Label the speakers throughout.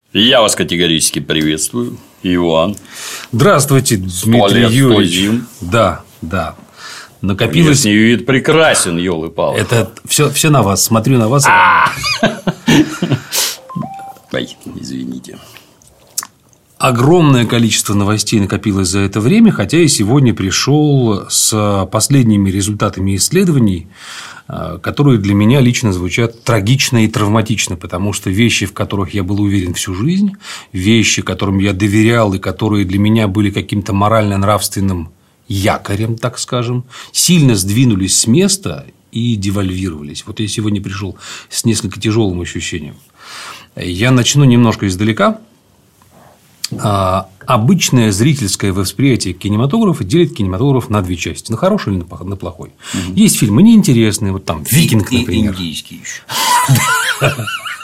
Speaker 1: Я вас категорически приветствую, Иван.
Speaker 2: Здравствуйте, Дмитрий Юрьевич. Да. Накопилось.
Speaker 1: Внешний вид прекрасен, ёлы-палы.
Speaker 2: Это все на вас. Смотрю на вас.
Speaker 1: Ой, извините.
Speaker 2: Огромное количество новостей накопилось за это время, хотя я сегодня пришел с последними результатами исследований, которые для меня лично звучат трагично и травматично, потому что вещи, в которых я был уверен всю жизнь, вещи, которым я доверял и которые для меня были каким-то морально-нравственным якорем, так скажем, сильно сдвинулись с места и девальвировались. Вот я сегодня пришел с несколько тяжелым ощущением. Я начну немножко издалека. Обычное зрительское восприятие кинематографа делит кинематограф на две части: на хороший или на плохой. Есть фильмы неинтересные, вот там «Викинг», например.
Speaker 1: Индийский еще.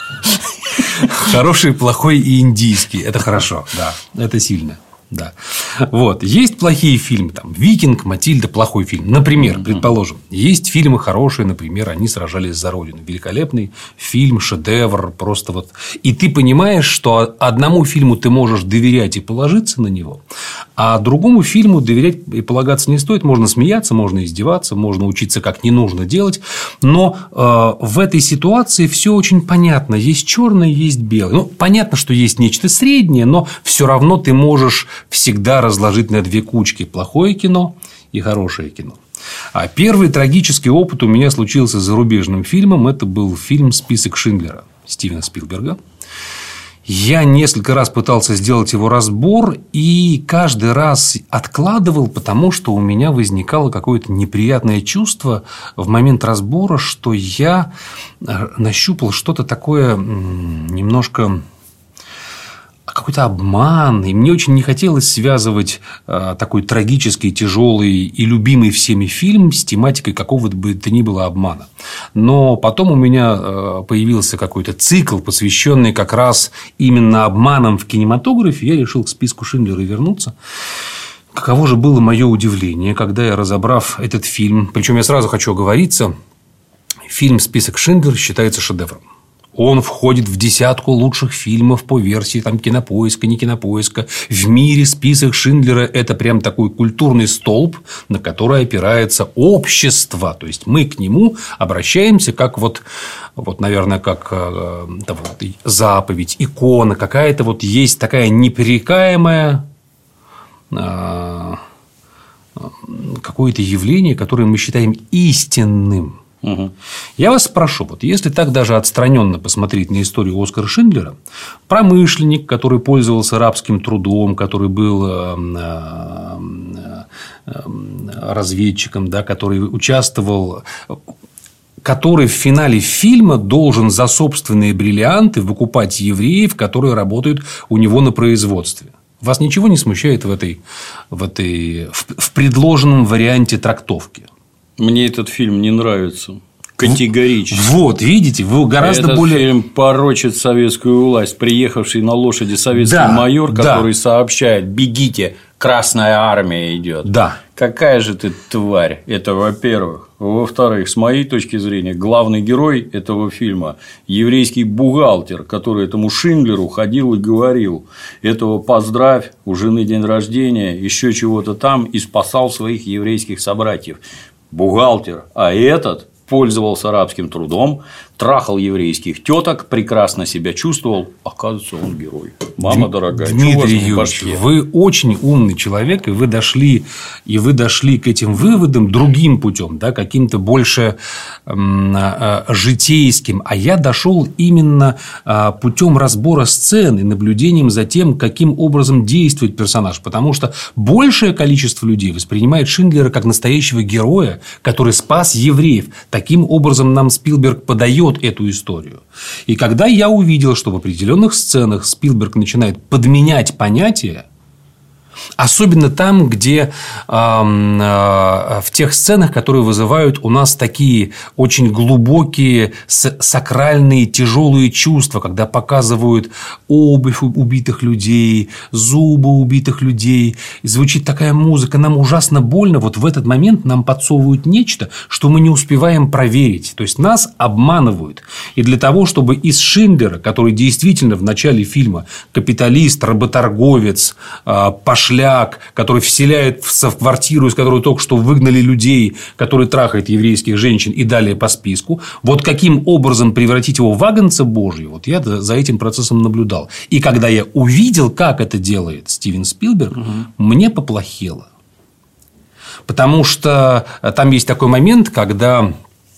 Speaker 2: Хороший, плохой и индийский. Это хорошо, да, это сильно. Да. Вот. Есть плохие фильмы, там «Викинг», «Матильда» – плохой фильм. Например, предположим, есть фильмы хорошие, например, «Они сражались за Родину». Великолепный фильм, шедевр, просто вот. И ты понимаешь, что одному фильму ты можешь доверять и положиться на него, а другому фильму доверять и полагаться не стоит. Можно смеяться, можно издеваться, можно учиться, как не нужно делать. Но в этой ситуации все очень понятно. Есть черное, есть белое. Ну, понятно, что есть нечто среднее, но все равно ты можешь всегда разложить на две кучки: плохое кино и хорошее кино. А первый трагический опыт у меня случился с зарубежным фильмом. Это был фильм «Список Шиндлера» Стивена Спилберга. Я несколько раз пытался сделать его разбор и каждый раз откладывал, потому что у меня возникало какое-то неприятное чувство в момент разбора, что я нащупал что-то такое немножко... какой-то обман, и мне очень не хотелось связывать такой трагический, тяжелый и любимый всеми фильм с тематикой какого бы то ни было обмана. Но потом у меня появился какой-то цикл, посвященный как раз именно обманам в кинематографе. Я решил к списку Шиндлера вернуться. Каково же было мое удивление, когда я, разобрав этот фильм, причем я сразу хочу оговориться, фильм «Список Шиндлера» считается шедевром. Он входит в десятку лучших фильмов по версии там, Кинопоиска, не Кинопоиска. В мире список Шиндлера – это прям такой культурный столб, на который опирается общество. То есть мы к нему обращаемся как наверное, как заповедь, икона, какая-то вот есть такая непререкаемая какое-то явление, которое мы считаем истинным. Я вас спрошу, вот если так даже отстраненно посмотреть на историю Оскара Шиндлера, промышленник, который пользовался рабским трудом, который был разведчиком, да, который участвовал, который в финале фильма должен за собственные бриллианты выкупать евреев, которые работают у него на производстве. Вас ничего не смущает в предложенном варианте трактовки?
Speaker 1: Мне этот фильм не нравится. Категорически.
Speaker 2: Вот, видите, вы гораздо более...
Speaker 1: Этот фильм порочит советскую власть. Приехавший на лошади советский майор, который сообщает: бегите, Красная Армия идет.
Speaker 2: Да.
Speaker 1: Какая же ты тварь? Это во-первых. Во-вторых, с моей точки зрения, главный герой этого фильма – еврейский бухгалтер, который этому Шиндлеру ходил и говорил: этого поздравь, у жены день рождения, еще чего-то там, и спасал своих еврейских собратьев. Бухгалтер, а этот пользовался рабским трудом, трахал еврейских теток, прекрасно себя чувствовал. Оказывается, он герой. Мама дорогая,
Speaker 2: Дмитрий Юрьевич, вы очень умный человек, и вы дошли к этим выводам другим путем, да, каким-то больше житейским. А я дошел именно путем разбора сцен и наблюдением за тем, каким образом действует персонаж. Потому что большее количество людей воспринимает Шиндлера как настоящего героя, который спас евреев. Таким образом нам Спилберг подает эту историю. И когда я увидел, что в определенных сценах Спилберг начинает подменять понятия, Особенно там, где в тех сценах, которые вызывают у нас такие очень глубокие, сакральные, тяжелые чувства, когда показывают обувь убитых людей, зубы убитых людей, и звучит такая музыка, нам ужасно больно. Вот в этот момент нам подсовывают нечто, что мы не успеваем проверить. То есть нас обманывают. И для того, чтобы из Шиндлера, который действительно в начале фильма капиталист, работорговец, пошляк, который вселяет в квартиру, из которой только что выгнали людей, который трахает еврейских женщин и далее по списку, вот каким образом превратить его в агнца Божьего, вот я за этим процессом наблюдал. И когда я увидел, как это делает Стивен Спилберг, мне поплохело. Потому что там есть такой момент, когда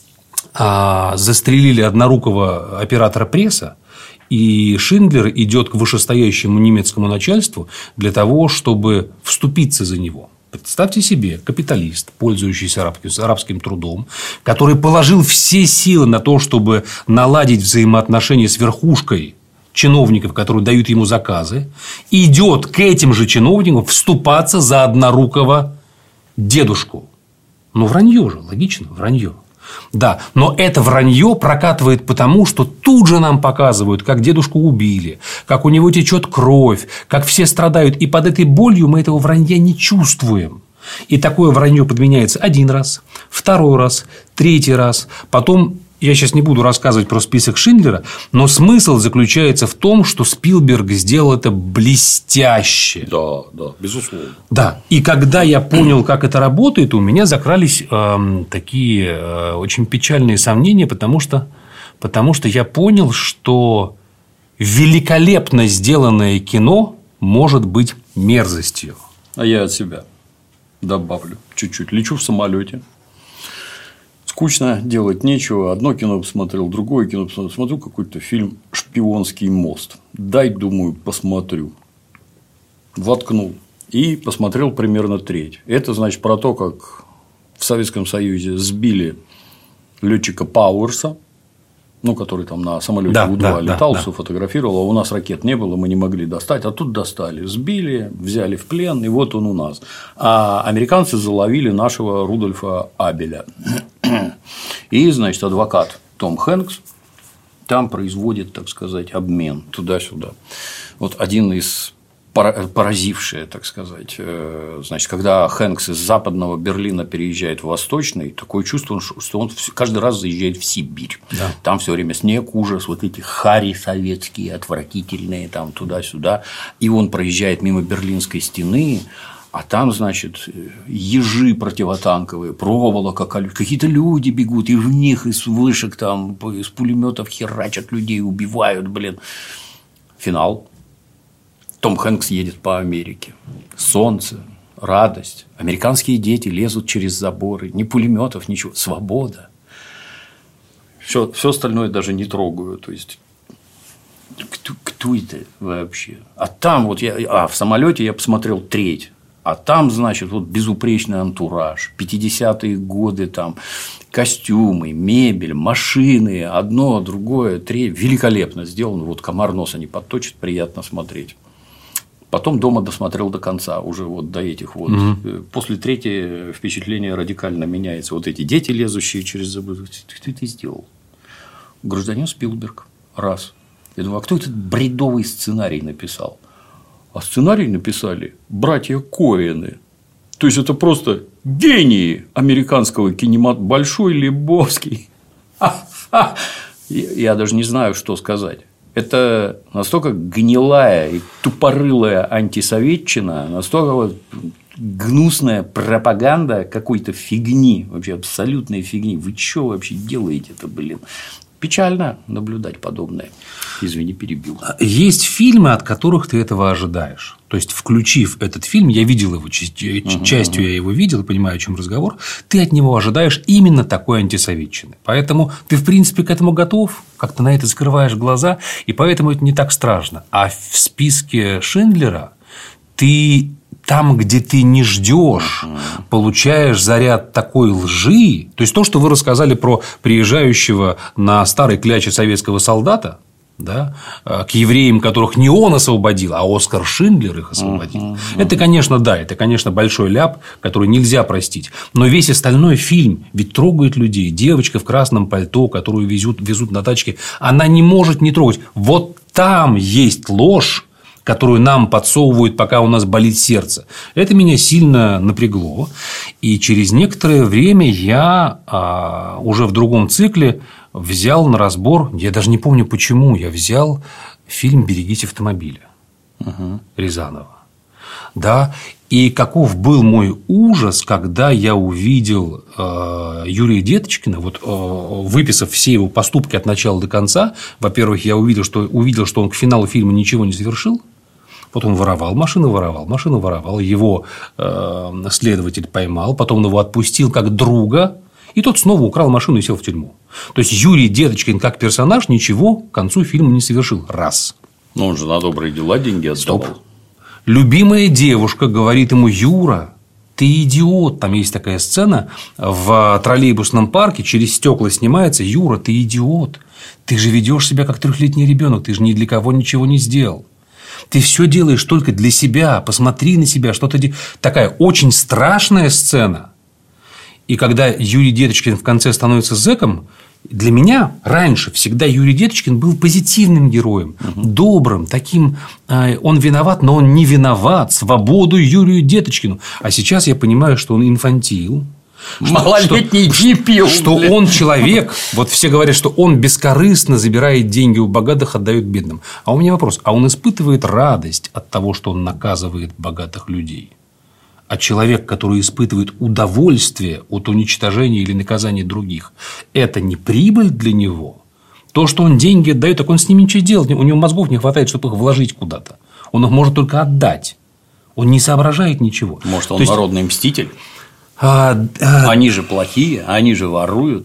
Speaker 2: застрелили однорукого оператора пресса, и Шиндлер идет к вышестоящему немецкому начальству для того, чтобы вступиться за него. Представьте себе, капиталист, пользующийся арабским трудом, который положил все силы на то, чтобы наладить взаимоотношения с верхушкой чиновников, которые дают ему заказы, идет к этим же чиновникам вступаться за однорукого дедушку. Ну, вранье же, логично, вранье. Да, но это вранье прокатывает потому, что тут же нам показывают, как дедушку убили, как у него течет кровь, как все страдают. И под этой болью мы этого вранья не чувствуем. И такое вранье подменяется один раз, второй раз, третий раз. Потом, я сейчас не буду рассказывать про список Шиндлера, но смысл заключается в том, что Спилберг сделал это блестяще.
Speaker 1: Да, да, безусловно.
Speaker 2: Да. И когда я понял, как это работает, у меня закрались такие очень печальные сомнения, потому что я понял, что великолепно сделанное кино может быть мерзостью.
Speaker 1: А я от себя добавлю чуть-чуть. Лечу в самолете. Скучно, делать нечего. Одно кино посмотрел, другое кино посмотрел. Смотрю какой-то фильм «Шпионский мост». Дай, думаю, посмотрю. Воткнул. И посмотрел примерно треть. Это, значит, про то, как в Советском Союзе сбили летчика Пауэрса, ну, который там на самолете У-2 летал, все фотографировал, а у нас ракет не было, мы не могли достать, а тут достали, сбили, взяли в плен, и вот он у нас. А американцы заловили нашего Рудольфа Абеля. И, значит, адвокат Том Хэнкс там производит, так сказать, обмен туда-сюда. Вот один из поразившее, так сказать. Значит, когда Хэнкс из западного Берлина переезжает в восточный, такое чувство, что он каждый раз заезжает в Сибирь. Да. Там все время снег, ужас, вот эти хари советские, отвратительные, там туда-сюда. И он проезжает мимо Берлинской стены. А там, значит, ежи противотанковые, проволока, какие-то люди бегут, и в них из вышек, там, из пулеметов херачат людей, убивают, блин. Финал. Том Хэнкс едет по Америке. Солнце, радость. Американские дети лезут через заборы. Ни пулеметов, ничего. Свобода. Все остальное даже не трогаю. То есть, кто это вообще? А там вот в самолете я посмотрел треть. А там, значит, вот безупречный антураж, 50-е годы, там костюмы, мебель, машины, одно, другое, третье. Великолепно сделано. Вот комар носа не подточит, приятно смотреть. Потом дома досмотрел до конца, уже вот до этих вот. После третьего впечатление радикально меняется. Вот эти дети, лезущие через забор. Что ты сделал? Гражданин Спилберг. Раз. Я думаю, а кто этот бредовый сценарий написал? А сценарий написали братья Коэны. То есть, это просто гении американского кинематографа. Большой Лебовский. Я даже не знаю, что сказать. Это настолько гнилая и тупорылая антисоветчина, настолько вот гнусная пропаганда какой-то фигни, вообще абсолютной фигни. Вы что вообще делаете-то, блин? Печально наблюдать подобное. Извини, перебил.
Speaker 2: Есть фильмы, от которых ты этого ожидаешь. То есть, включив этот фильм, я видел его частью, я его видел, понимаю, о чем разговор. Ты от него ожидаешь именно такой антисоветчины. Поэтому ты, в принципе, к этому готов, как-то на это закрываешь глаза, и поэтому это не так страшно. А в списке Шиндлера ты там, где ты не ждешь, получаешь заряд такой лжи. То есть, то, что вы рассказали про приезжающего на старой кляче советского солдата, да, к евреям, которых не он освободил, а Оскар Шиндлер их освободил. Это, конечно, да, это, конечно, большой ляп, который нельзя простить. Но весь остальной фильм ведь трогает людей. Девочка в красном пальто, которую везут на тачке, она не может не трогать. Вот там есть ложь, которую нам подсовывают, пока у нас болит сердце. Это меня сильно напрягло. И через некоторое время я уже в другом цикле взял на разбор, я даже не помню почему, я взял фильм «Берегите автомобиля» Рязанова. Да, и каков был мой ужас, когда я увидел Юрия Деточкина, вот, выписав все его поступки от начала до конца. Во-первых, я увидел, что он к финалу фильма ничего не совершил. Вот он воровал машину, его следователь поймал, потом он его отпустил как друга, и тот снова украл машину и сел в тюрьму. То есть Юрий Деточкин как персонаж ничего к концу фильма не совершил. Раз.
Speaker 1: Но он же на добрые дела деньги отдавал.
Speaker 2: Стоп. Любимая девушка говорит ему: Юра, ты идиот. Там есть такая сцена в троллейбусном парке, через стекла снимается: Юра, ты идиот. Ты же ведешь себя как 3-летний ребенок, ты же ни для кого ничего не сделал. Ты все делаешь только для себя. Посмотри на себя, что ты. Такая очень страшная сцена. И когда Юрий Деточкин в конце становится зэком, для меня раньше всегда Юрий Деточкин был позитивным героем, добрым, таким. Он виноват, но он не виноват. Свободу Юрию Деточкину. А сейчас я понимаю, что он инфантил.
Speaker 1: Малолетний дебил.
Speaker 2: Что он человек. Вот все говорят, что он бескорыстно забирает деньги у богатых, отдает бедным. А у меня вопрос: а он испытывает радость от того, что он наказывает богатых людей? А человек, который испытывает удовольствие от уничтожения или наказания других, это не прибыль для него? То, что он деньги отдает, так он с ними ничего делать. У него мозгов не хватает, чтобы их вложить куда-то. Он их может только отдать. Он не соображает ничего.
Speaker 1: Может, он народный мститель? Они же плохие, они же воруют.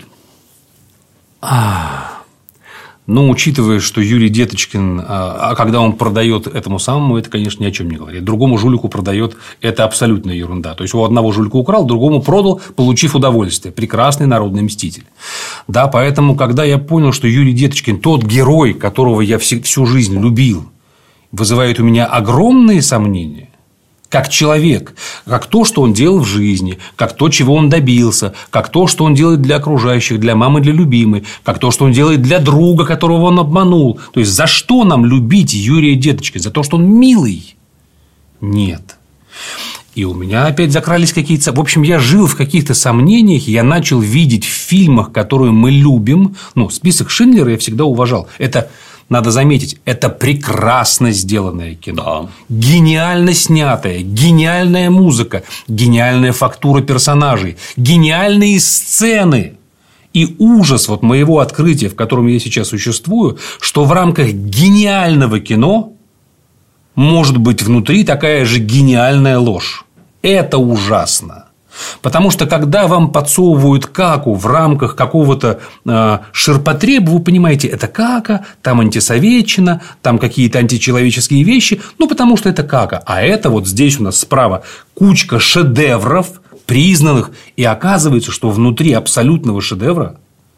Speaker 2: Но учитывая, что Юрий Деточкин, когда он продает этому самому, это, конечно, ни о чем не говорит. Другому жулику продает, это абсолютная ерунда. То есть у одного жулика украл, другому продал, получив удовольствие. Прекрасный народный мститель. Да, поэтому, когда я понял, что Юрий Деточкин, тот герой, которого я всю жизнь любил, вызывает у меня огромные сомнения. Как человек, как то, что он делал в жизни, как то, чего он добился, как то, что он делает для окружающих, для мамы, для любимой, как то, что он делает для друга, которого он обманул. То есть, за что нам любить Юрия Деточкина? За то, что он милый? Нет. И у меня опять закрались какие-то... В общем, я жил в каких-то сомнениях, я начал видеть в фильмах, которые мы любим... список Шиндлера я всегда уважал. Это... Надо заметить, это прекрасно сделанное кино. Да. Гениально снятое, гениальная музыка, гениальная фактура персонажей, гениальные сцены. И ужас вот моего открытия, в котором я сейчас существую, что в рамках гениального кино может быть внутри такая же гениальная ложь. Это ужасно. Потому что, когда вам подсовывают каку в рамках какого-то ширпотреба, вы понимаете, это кака, там антисоветчина, там какие-то античеловеческие вещи, потому что это кака. А это вот здесь у нас справа кучка шедевров, признанных, и оказывается, что внутри абсолютного шедевра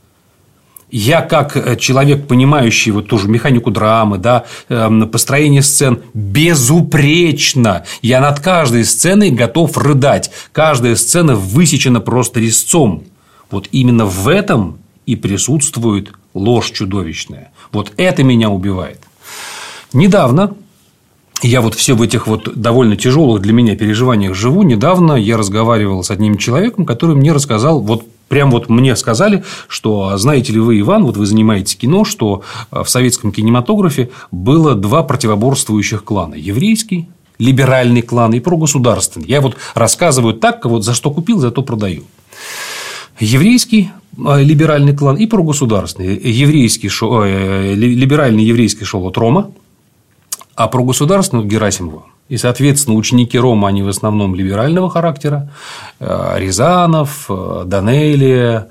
Speaker 2: я, как человек, понимающий вот ту же механику драмы, да, построение сцен, безупречно. Я над каждой сценой готов рыдать. Каждая сцена высечена просто резцом. Вот именно в этом и присутствует ложь чудовищная. Вот это меня убивает. Недавно, я вот все в этих вот довольно тяжелых для меня переживаниях живу. Недавно я разговаривал с одним человеком, который мне рассказал, прям мне сказали, что, знаете ли вы, Иван, вот вы занимаетесь кино, что в советском кинематографе было 2 противоборствующих клана: еврейский, либеральный клан и прогосударственный. Я вот рассказываю так, вот за что купил, за то продаю. Еврейский либеральный клан и прогосударственный. Либеральный еврейский шел от Рома, а прогосударственный от Герасимова. И, соответственно, ученики Рома, они в основном либерального характера. Рязанов, Данелия,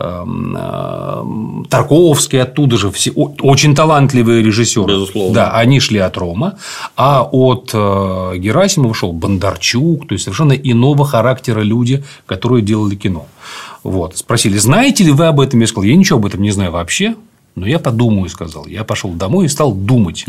Speaker 2: Тарковский, оттуда же все очень талантливые режиссеры.
Speaker 1: Безусловно.
Speaker 2: Да, они шли от Рома, а от Герасимова шел Бондарчук, то есть совершенно иного характера люди, которые делали кино. Вот. Спросили: знаете ли вы об этом? Я сказал: я ничего об этом не знаю вообще. но я подумаю, сказал. Я пошел домой и стал думать.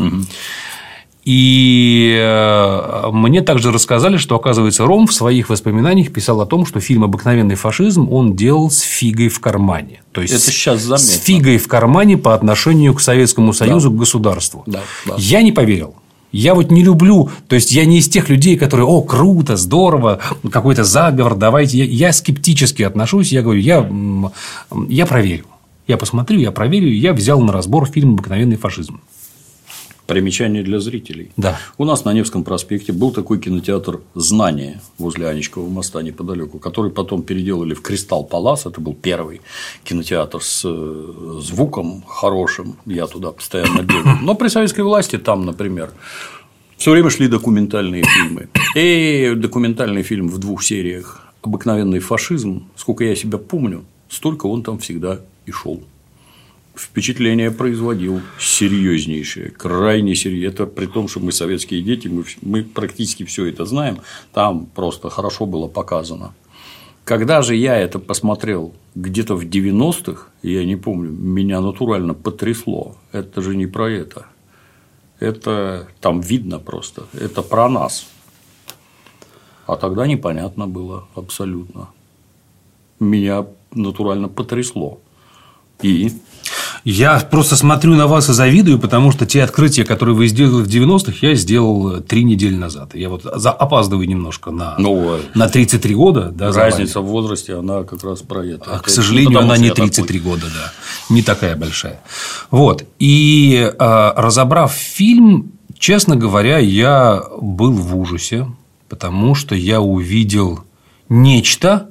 Speaker 2: И мне также рассказали, что, оказывается, Ром в своих воспоминаниях писал о том, что фильм «Обыкновенный фашизм» он делал с фигой в кармане. То есть,
Speaker 1: это сейчас заметно.
Speaker 2: С фигой в кармане по отношению к Советскому Союзу, к государству.
Speaker 1: Да.
Speaker 2: Я не поверил. Я вот не люблю, то есть я не из тех людей, которые: о, круто, здорово, какой-то заговор, давайте. Я скептически отношусь, я говорю, я проверю. Я посмотрю, я проверю, и я взял на разбор фильм «Обыкновенный фашизм».
Speaker 1: Примечание для зрителей.
Speaker 2: Да.
Speaker 1: У нас на Невском проспекте был такой кинотеатр «Знание» возле Анечкового моста неподалеку, который потом переделали в «Кристалл Палас». Это был первый кинотеатр с звуком хорошим. Я туда постоянно бегал. Но при советской власти там, например, все время шли документальные фильмы. И документальный фильм в 2 сериях «Обыкновенный фашизм», сколько я себя помню, столько он там всегда и шел. Впечатление производил серьезнейшее, крайне серьезное. Это при том, что мы советские дети, мы практически все это знаем. Там просто хорошо было показано. Когда же я это посмотрел где-то в 90-х, я не помню, меня натурально потрясло. Это же не про это. Это там видно просто. Это про нас. А тогда непонятно было абсолютно. Меня натурально потрясло. И
Speaker 2: я просто смотрю на вас и завидую, потому что те открытия, которые вы сделали в 90-х, я сделал 3 недели назад. Я вот опаздываю немножко на 33 года. Да,
Speaker 1: разница в возрасте, она как раз про это.
Speaker 2: К сожалению, она не 33 года, да. Не такая большая. Вот. И разобрав фильм, честно говоря, я был в ужасе, потому что я увидел нечто,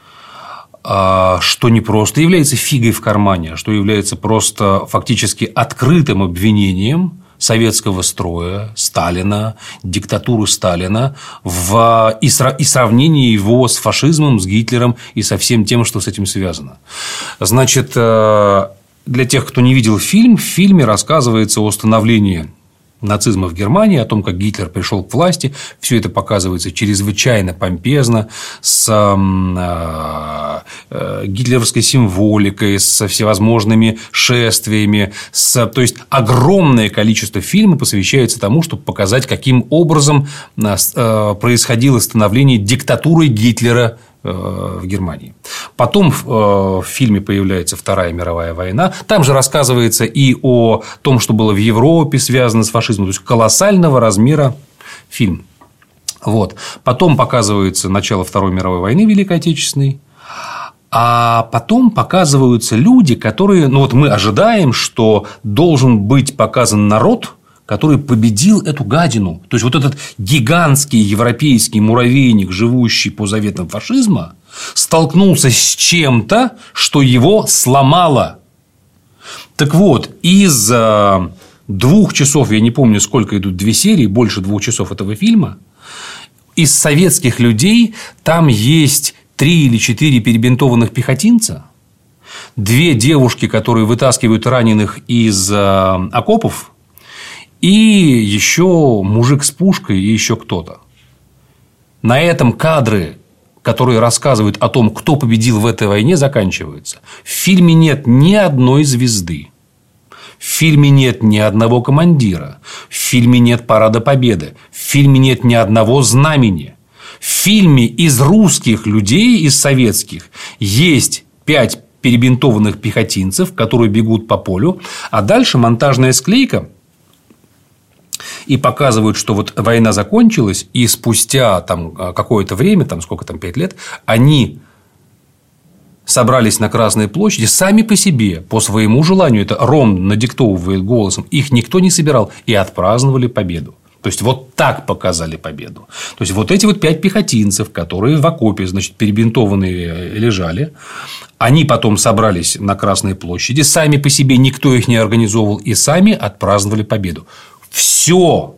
Speaker 2: что не просто является фигой в кармане, а что является просто фактически открытым обвинением советского строя, Сталина, диктатуры Сталина и сравнение его с фашизмом, с Гитлером и со всем тем, что с этим связано. Значит, для тех, кто не видел фильм, в фильме рассказывается о становлении нацизма в Германии, о том, как Гитлер пришел к власти. Все это показывается чрезвычайно помпезно, с гитлеровской символикой, со всевозможными шествиями. То есть огромное количество фильма посвящается тому, чтобы показать, каким образом происходило становление диктатуры Гитлера в Германии. Потом в фильме появляется Вторая мировая война. Там же рассказывается и о том, что было в Европе связано с фашизмом. То есть колоссального размера фильм. Вот. Потом показывается начало Второй мировой войны, Великой Отечественной. А потом показываются люди, которые... Ну, вот мы ожидаем, что должен быть показан народ, который победил эту гадину. То есть, вот этот гигантский европейский муравейник, живущий по заветам фашизма, столкнулся с чем-то, что его сломало. Так вот, из 2 часов, я не помню, сколько идут 2 серии, больше 2 часов этого фильма, из советских людей там есть 3 или 4 перебинтованных пехотинца, 2 девушки, которые вытаскивают раненых из окопов, и еще мужик с пушкой, и еще кто-то. На этом кадры, которые рассказывают о том, кто победил в этой войне, заканчиваются. В фильме нет ни одной звезды. В фильме нет ни одного командира. В фильме нет парада победы. В фильме нет ни одного знамени. В фильме из русских людей, из советских, есть 5 перебинтованных пехотинцев, которые бегут по полю, а дальше монтажная склейка. И показывают, что вот война закончилась, и спустя там какое-то время, там сколько там, 5 лет, они собрались на Красной площади сами по себе, по своему желанию, это Ром надиктовывает голосом, их никто не собирал, и отпраздновали победу. То есть, вот так показали победу. То есть, вот эти вот 5 пехотинцев, которые в окопе, значит, перебинтованные лежали, они потом собрались на Красной площади, сами по себе, никто их не организовывал, и сами отпраздновали победу. Все.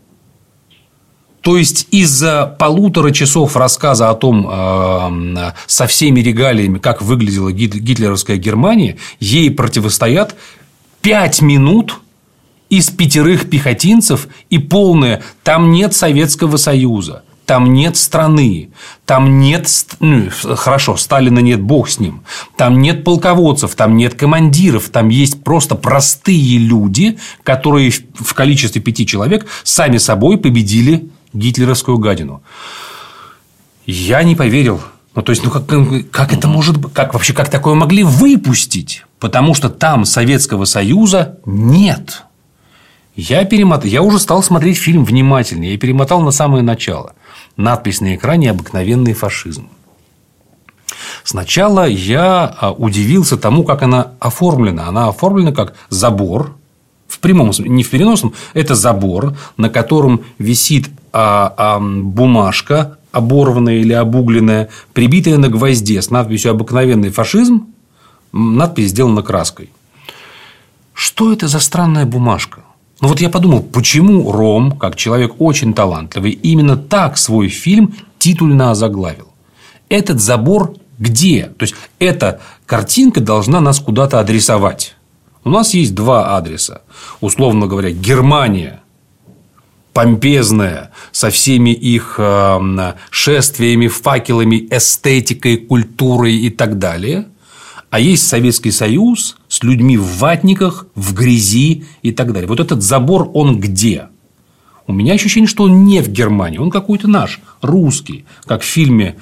Speaker 2: То есть, из-за 1,5 часов рассказа о том, со всеми регалиями, как выглядела гитлеровская Германия, ей противостоят 5 минут из 5 пехотинцев и полное. Там нет Советского Союза. там нет страны, там нет... Ну, хорошо, Сталина нет, бог с ним. Там нет полководцев, там нет командиров. Там есть просто простые люди, которые в количестве 5 человек сами собой победили гитлеровскую гадину. Я не поверил. Ну, то есть, как это может быть? Как такое могли выпустить? Потому что там Советского Союза нет. Я уже стал смотреть фильм внимательнее. Я перемотал на самое начало. Надпись на экране «Обыкновенный фашизм». Сначала я удивился тому, как она оформлена. Она оформлена как забор. В прямом смысле, не в переносном. Это забор, на котором висит бумажка, оборванная или обугленная, прибитая на гвозде с надписью «Обыкновенный фашизм». Надпись сделана краской. Что это за странная бумажка? Ну, вот я подумал, почему Ром, как человек очень талантливый, именно так свой фильм титульно озаглавил. Этот забор где? То есть, эта картинка должна нас куда-то адресовать. У нас есть 2 адреса. Условно говоря, Германия помпезная, со всеми их шествиями, факелами, эстетикой, культурой и так далее. А есть Советский Союз с людьми в ватниках, в грязи и так далее. Вот этот забор, он где? У меня ощущение, что он не в Германии, он какой-то наш, русский, как в фильме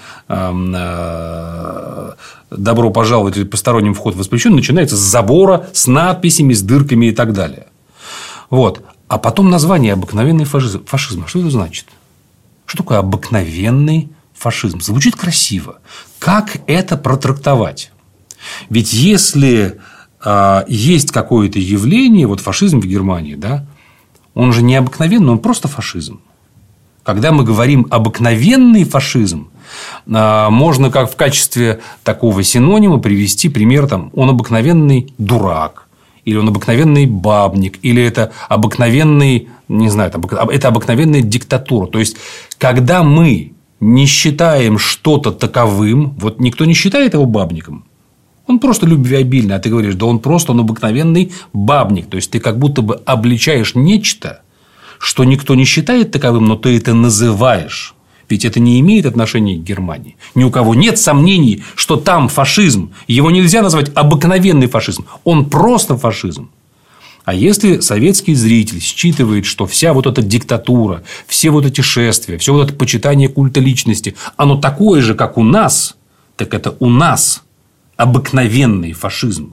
Speaker 2: «Добро пожаловать» или «Посторонним вход воспрещен», начинается с забора, с надписями, с дырками и так далее. Вот. А потом название «Обыкновенный фашизм». Что это значит? Что такое обыкновенный фашизм? Звучит красиво. Как это протрактовать? Ведь если есть какое-то явление, вот фашизм в Германии, да, он же не обыкновенный, он просто фашизм. Когда мы говорим «обыкновенный фашизм», можно как в качестве такого синонима привести пример, там, он обыкновенный дурак, или он обыкновенный бабник, или это обыкновенный, не знаю, это обыкновенная диктатура. То есть, когда мы не считаем что-то таковым, вот никто не считает его бабником, он просто любвеобильный, а ты говоришь, да он обыкновенный бабник. То есть, ты как будто бы обличаешь нечто, что никто не считает таковым, но ты это называешь. Ведь это не имеет отношения к Германии. Ни у кого нет сомнений, что там фашизм. Его нельзя назвать обыкновенный фашизм. Он просто фашизм. А если советский зритель считывает, что вся вот эта диктатура, все вот эти шествия, все вот это почитание культа личности, оно такое же, как у нас, так это у нас обыкновенный фашизм.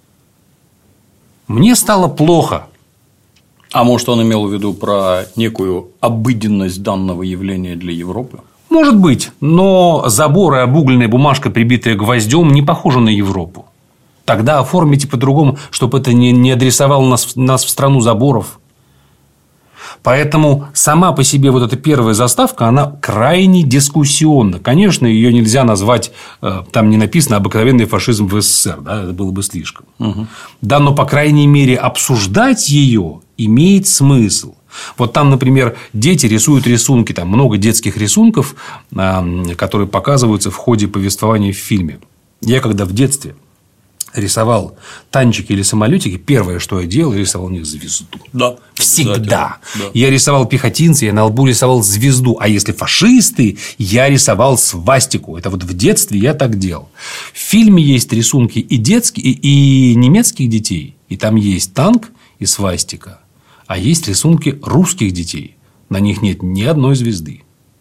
Speaker 2: Мне стало плохо.
Speaker 1: А может, он имел в виду про некую обыденность данного явления для Европы?
Speaker 2: Может быть, но забор и обугленная бумажка, прибитая гвоздем, не похожи на Европу. Тогда оформите по-другому, чтобы это не адресовало нас в страну заборов. Поэтому сама по себе вот эта первая заставка, она крайне дискуссионна. Конечно, ее нельзя назвать, там не написано «обыкновенный фашизм в СССР», да, это было бы слишком. Угу. Да, но, по крайней мере, обсуждать ее имеет смысл. Вот там, например, дети рисуют рисунки, там много детских рисунков, которые показываются в ходе повествования в фильме. Я когда в детстве рисовал танчики или самолетики, первое, что я делал, я рисовал на них звезду. Да. Всегда. Да. Я рисовал пехотинцев, я на лбу рисовал звезду. А если фашисты, я рисовал свастику. Это вот в детстве я так делал. В фильме есть рисунки и детские, и немецких детей. И там есть танк и свастика. А есть рисунки русских детей. На них нет ни одной звезды.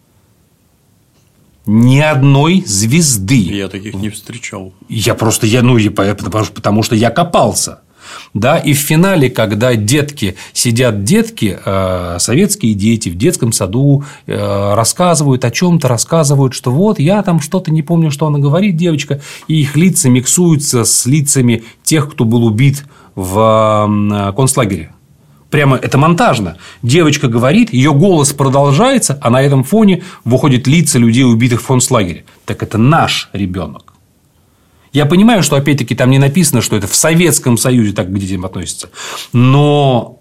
Speaker 2: Ни одной звезды.
Speaker 1: Я таких не встречал.
Speaker 2: Потому что я копался. Да, и в финале, когда сидят детки, советские дети в детском саду, рассказывают о чем-то, рассказывают, что вот я там что-то не помню, что она говорит, девочка, и их лица миксуются с лицами тех, кто был убит в концлагере. Прямо это монтажно. Девочка говорит, ее голос продолжается, а на этом фоне выходят лица людей, убитых в концлагере. Так это наш ребенок. Я понимаю, что опять-таки там не написано, что это в Советском Союзе так к детям относится. Но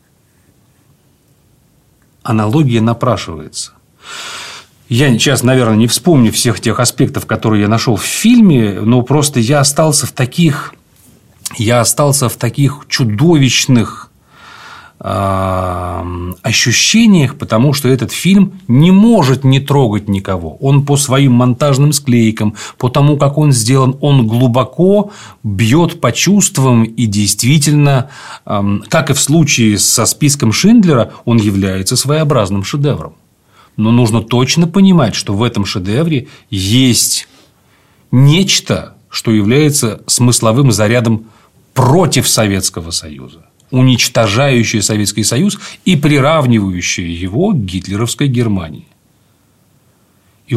Speaker 2: аналогия напрашивается. Я сейчас, наверное, не вспомню всех тех аспектов, которые я нашел в фильме, но просто я остался в таких чудовищных ощущениях, потому что этот фильм не может не трогать никого. Он по своим монтажным склейкам, по тому, как он сделан, он глубоко бьет по чувствам и действительно, как и в случае со списком Шиндлера, он является своеобразным шедевром. Но нужно точно понимать, что в этом шедевре есть нечто, что является смысловым зарядом против Советского Союза, уничтожающее Советский Союз и приравнивающее его к гитлеровской Германии. И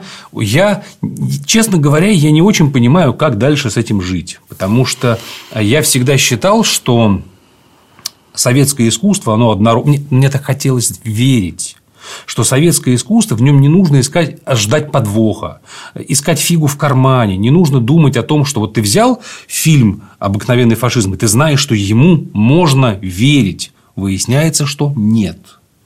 Speaker 2: честно говоря, я не очень понимаю, как дальше с этим жить. Потому что я всегда считал, что советское искусство, оно однородно. Мне так хотелось верить, что советское искусство, в нем не нужно ждать подвоха, искать фигу в кармане, не нужно думать о том, что вот ты взял фильм «Обыкновенный фашизм», и ты знаешь, что ему можно верить. Выясняется, что нет.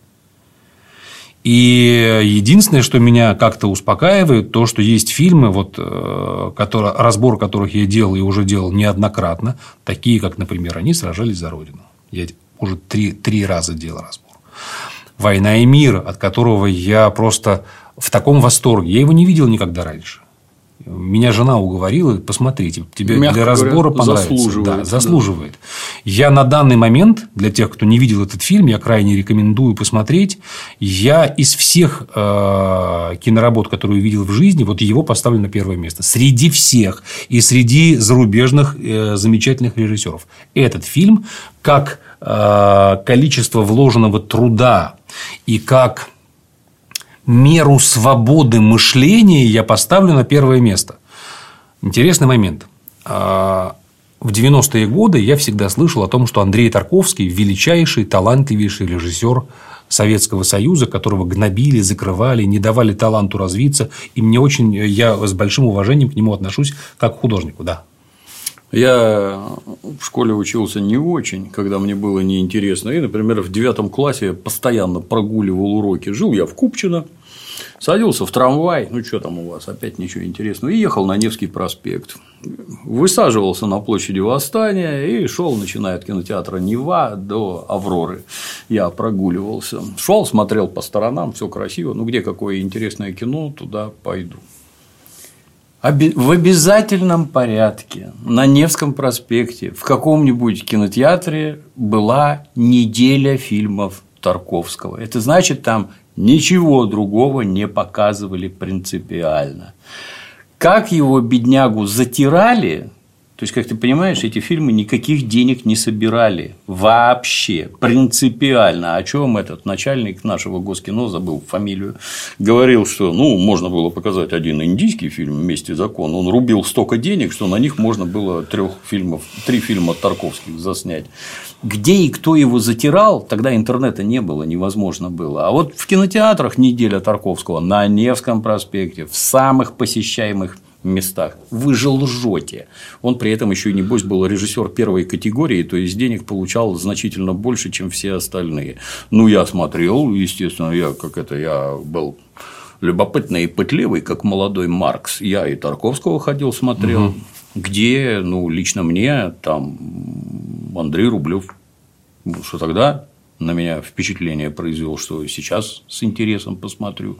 Speaker 2: И единственное, что меня как-то успокаивает, то, что есть фильмы, разбор которых я делал и уже делал неоднократно, такие, как, например, «Они сражались за Родину». Я уже три раза делал разбор. «Война и мир», от которого я просто в таком восторге. Я его не видел никогда раньше. Меня жена уговорила: посмотрите, тебе для разбора понравится. Да, заслуживает. Я на данный момент, для тех, кто не видел этот фильм, я крайне рекомендую посмотреть. Я из всех киноработ, которые видел в жизни, вот его поставлю на первое место. Среди всех и среди зарубежных замечательных режиссеров. Этот фильм, как количество вложенного труда и как меру свободы мышления, я поставлю на первое место. Интересный момент. В 90-е годы я всегда слышал о том, что Андрей Тарковский – величайший, талантливейший режиссер Советского Союза, которого гнобили, закрывали, не давали таланту развиться. И я с большим уважением к нему отношусь как к художнику. Да.
Speaker 1: Я в школе учился не очень, когда мне было неинтересно. И, например, в 9 классе я постоянно прогуливал уроки. Жил я в Купчино, садился в трамвай, что там у вас, опять ничего интересного, и ехал на Невский проспект. Высаживался на площади Восстания и шел, начиная от кинотеатра Нева до Авроры. Я прогуливался. Шел, смотрел по сторонам, все красиво. Где какое интересное кино, туда пойду. В обязательном порядке на Невском проспекте в каком-нибудь кинотеатре была неделя фильмов Тарковского. Это значит, там ничего другого не показывали принципиально. Как его, беднягу, затирали, то есть, как ты понимаешь, эти фильмы никаких денег не собирали вообще, принципиально. О чем этот начальник нашего Госкино, забыл фамилию, говорил, что можно было показать один индийский фильм «Месть и закон». Он рубил столько денег, что на них можно было 3 фильма Тарковских заснять. Где и кто его затирал, тогда интернета не было, невозможно было. А вот в кинотеатрах неделя Тарковского на Невском проспекте, в самых посещаемых местах. Вы же лжете. Он при этом еще и, небось, был режиссер первой категории, то есть денег получал значительно больше, чем все остальные. Я смотрел, естественно, я был любопытный и пытливый, как молодой Маркс. Я и Тарковского ходил, смотрел, где, лично мне там Андрей Рублев, что тогда на меня впечатление произвел, что сейчас с интересом посмотрю.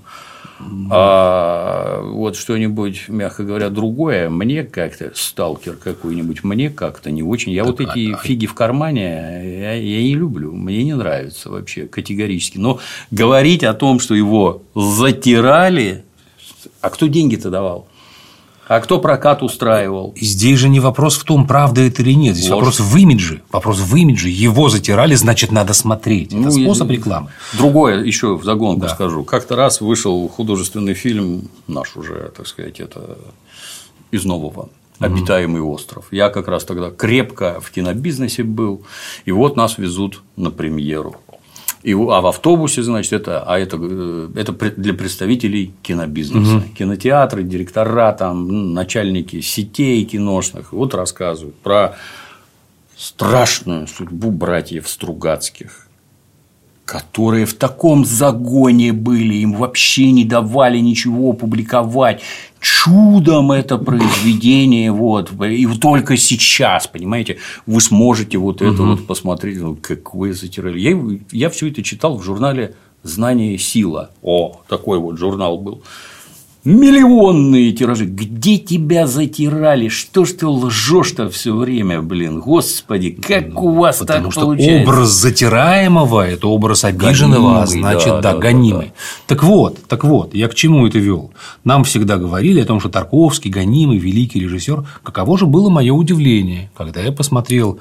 Speaker 1: А вот что-нибудь, мягко говоря, другое, мне как-то, сталкер какой-нибудь, мне как-то не очень. Я эти фиги в кармане я не люблю, мне не нравится вообще категорически. Но говорить о том, что его затирали, а кто деньги-то давал? А кто прокат устраивал?
Speaker 2: Здесь же не вопрос в том, правда это или нет. Здесь вопрос в имидже. Его затирали, значит, надо смотреть. Это способ рекламы.
Speaker 1: Другое еще вдогонку скажу. Как-то раз вышел художественный фильм, наш уже, так сказать, это из нового. «Обитаемый остров». Я как раз тогда крепко в кинобизнесе был. И вот нас везут на премьеру. А в автобусе, значит, это для представителей кинобизнеса. Кинотеатры, директора, начальники сетей киношных рассказывают про страшную судьбу братьев Стругацких. которые в таком загоне были, им вообще не давали ничего публиковать. Чудом это произведение, вот, и только сейчас, понимаете, вы сможете вот это вот посмотреть, ну, как вы затирали. Я все это читал в журнале «Знание и сила». Такой вот журнал был. Миллионные тиражи. Где тебя затирали? Что ж ты лжешь-то все время, блин? Господи, как у вас так получается?
Speaker 2: Потому что образ затираемого – это образ обиженного, гонимый, а значит, гонимый. Да. Так вот, я к чему это вел? Нам всегда говорили о том, что Тарковский, гонимый, великий режиссер. Каково же было мое удивление, когда я посмотрел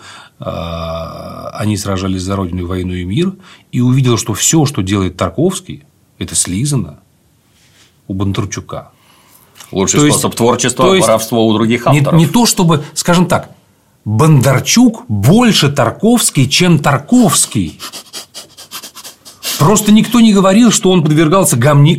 Speaker 2: «Они сражались за Родину, войну и мир» и увидел, что все, что делает Тарковский, это слизано у Бондарчука.
Speaker 1: Лучший способ творчества, воровство у других авторов.
Speaker 2: Не то чтобы, скажем так, Бондарчук больше Тарковский, чем Тарковский. Просто никто не говорил, что он подвергался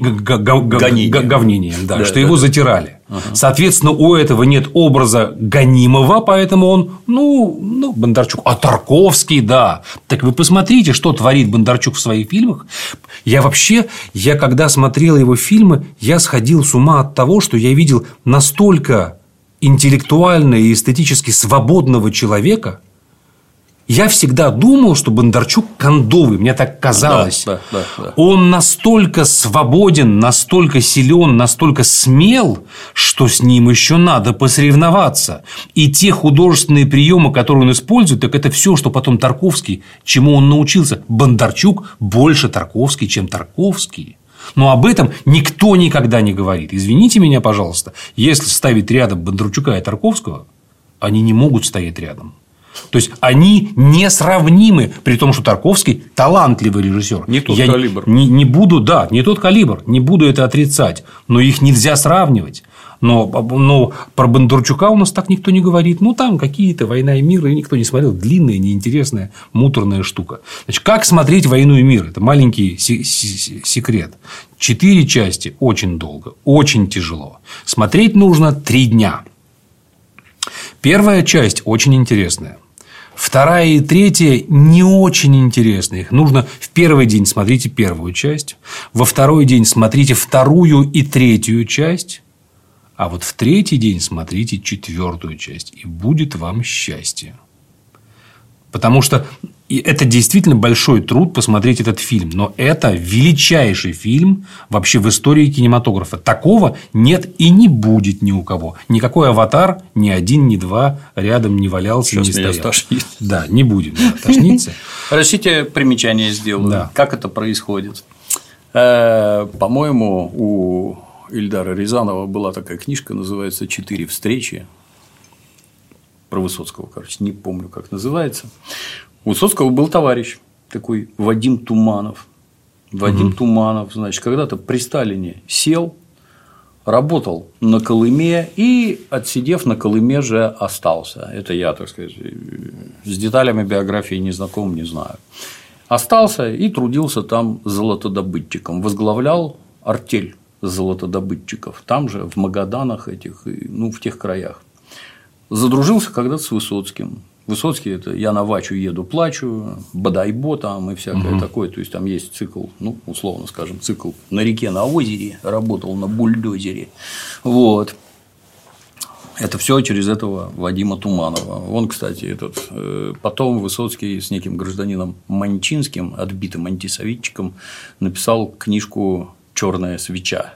Speaker 2: говнениям, да, что его затирали. Соответственно, у этого нет образа гонимого, поэтому он, Бондарчук. А Тарковский, да. Так вы посмотрите, что творит Бондарчук в своих фильмах. Я когда смотрел его фильмы, я сходил с ума от того, что я видел настолько интеллектуально и эстетически свободного человека. Я всегда думал, что Бондарчук кондовый, мне так казалось. Да. Он настолько свободен, настолько силен, настолько смел, что с ним еще надо посоревноваться. И те художественные приемы, которые он использует, так это все, что потом Тарковский, чему он научился. Бондарчук больше Тарковский, чем Тарковский. Но об этом никто никогда не говорит. Извините меня, пожалуйста, если ставить рядом Бондарчука и Тарковского, они не могут стоять рядом. То есть они несравнимы, при том, что Тарковский талантливый режиссер.
Speaker 1: Не тот калибр.
Speaker 2: Не буду, не тот калибр, не буду это отрицать, но их нельзя сравнивать. Но про Бондарчука у нас так никто не говорит. Там какие-то «Война и мир», и никто не смотрел. Длинная, неинтересная, муторная штука. Значит, как смотреть «Войну и мир»? Это маленький секрет. 4 части очень долго, очень тяжело. Смотреть нужно 3 дня. Первая часть очень интересная. Вторая и третья не очень интересны. Их нужно в первый день смотрите первую часть, во второй день смотрите вторую и третью часть, а вот в третий день смотрите 4-ю часть, и будет вам счастье. Потому что это действительно большой труд посмотреть этот фильм. Но это величайший фильм вообще в истории кинематографа. Такого нет и не будет ни у кого. Никакой «Аватар» ни один, ни два рядом не валялся,
Speaker 1: сейчас
Speaker 2: не стоял.
Speaker 1: Меня стошнит.
Speaker 2: Да, не будем тошниться.
Speaker 1: Разрешите примечание сделаю.
Speaker 2: Да.
Speaker 1: Как это происходит? По-моему, у Ильдара Рязанова была такая книжка, называется «4 встречи». Про Высоцкого, не помню, как называется. У Высоцкого был товарищ такой Вадим Туманов. Вадим Туманов, значит, когда-то при Сталине сел, работал на Колыме и, отсидев на Колыме же, остался. Это я, так сказать, с деталями биографии не знаком, не знаю. Остался и трудился там золотодобытчиком. Возглавлял артель золотодобытчиков. Там же, в Магаданах этих, в тех краях. Задружился когда-то с Высоцким. Высоцкий – это «Я на Вачу еду, плачу», «Бодайбо» там и всякое такое. То есть, там есть цикл, условно скажем, цикл «На реке, на озере», работал на бульдозере. Вот. Это все через этого Вадима Туманова. Он, кстати, потом Высоцкий с неким гражданином Манчинским, отбитым антисоветчиком, написал книжку «Черная свеча».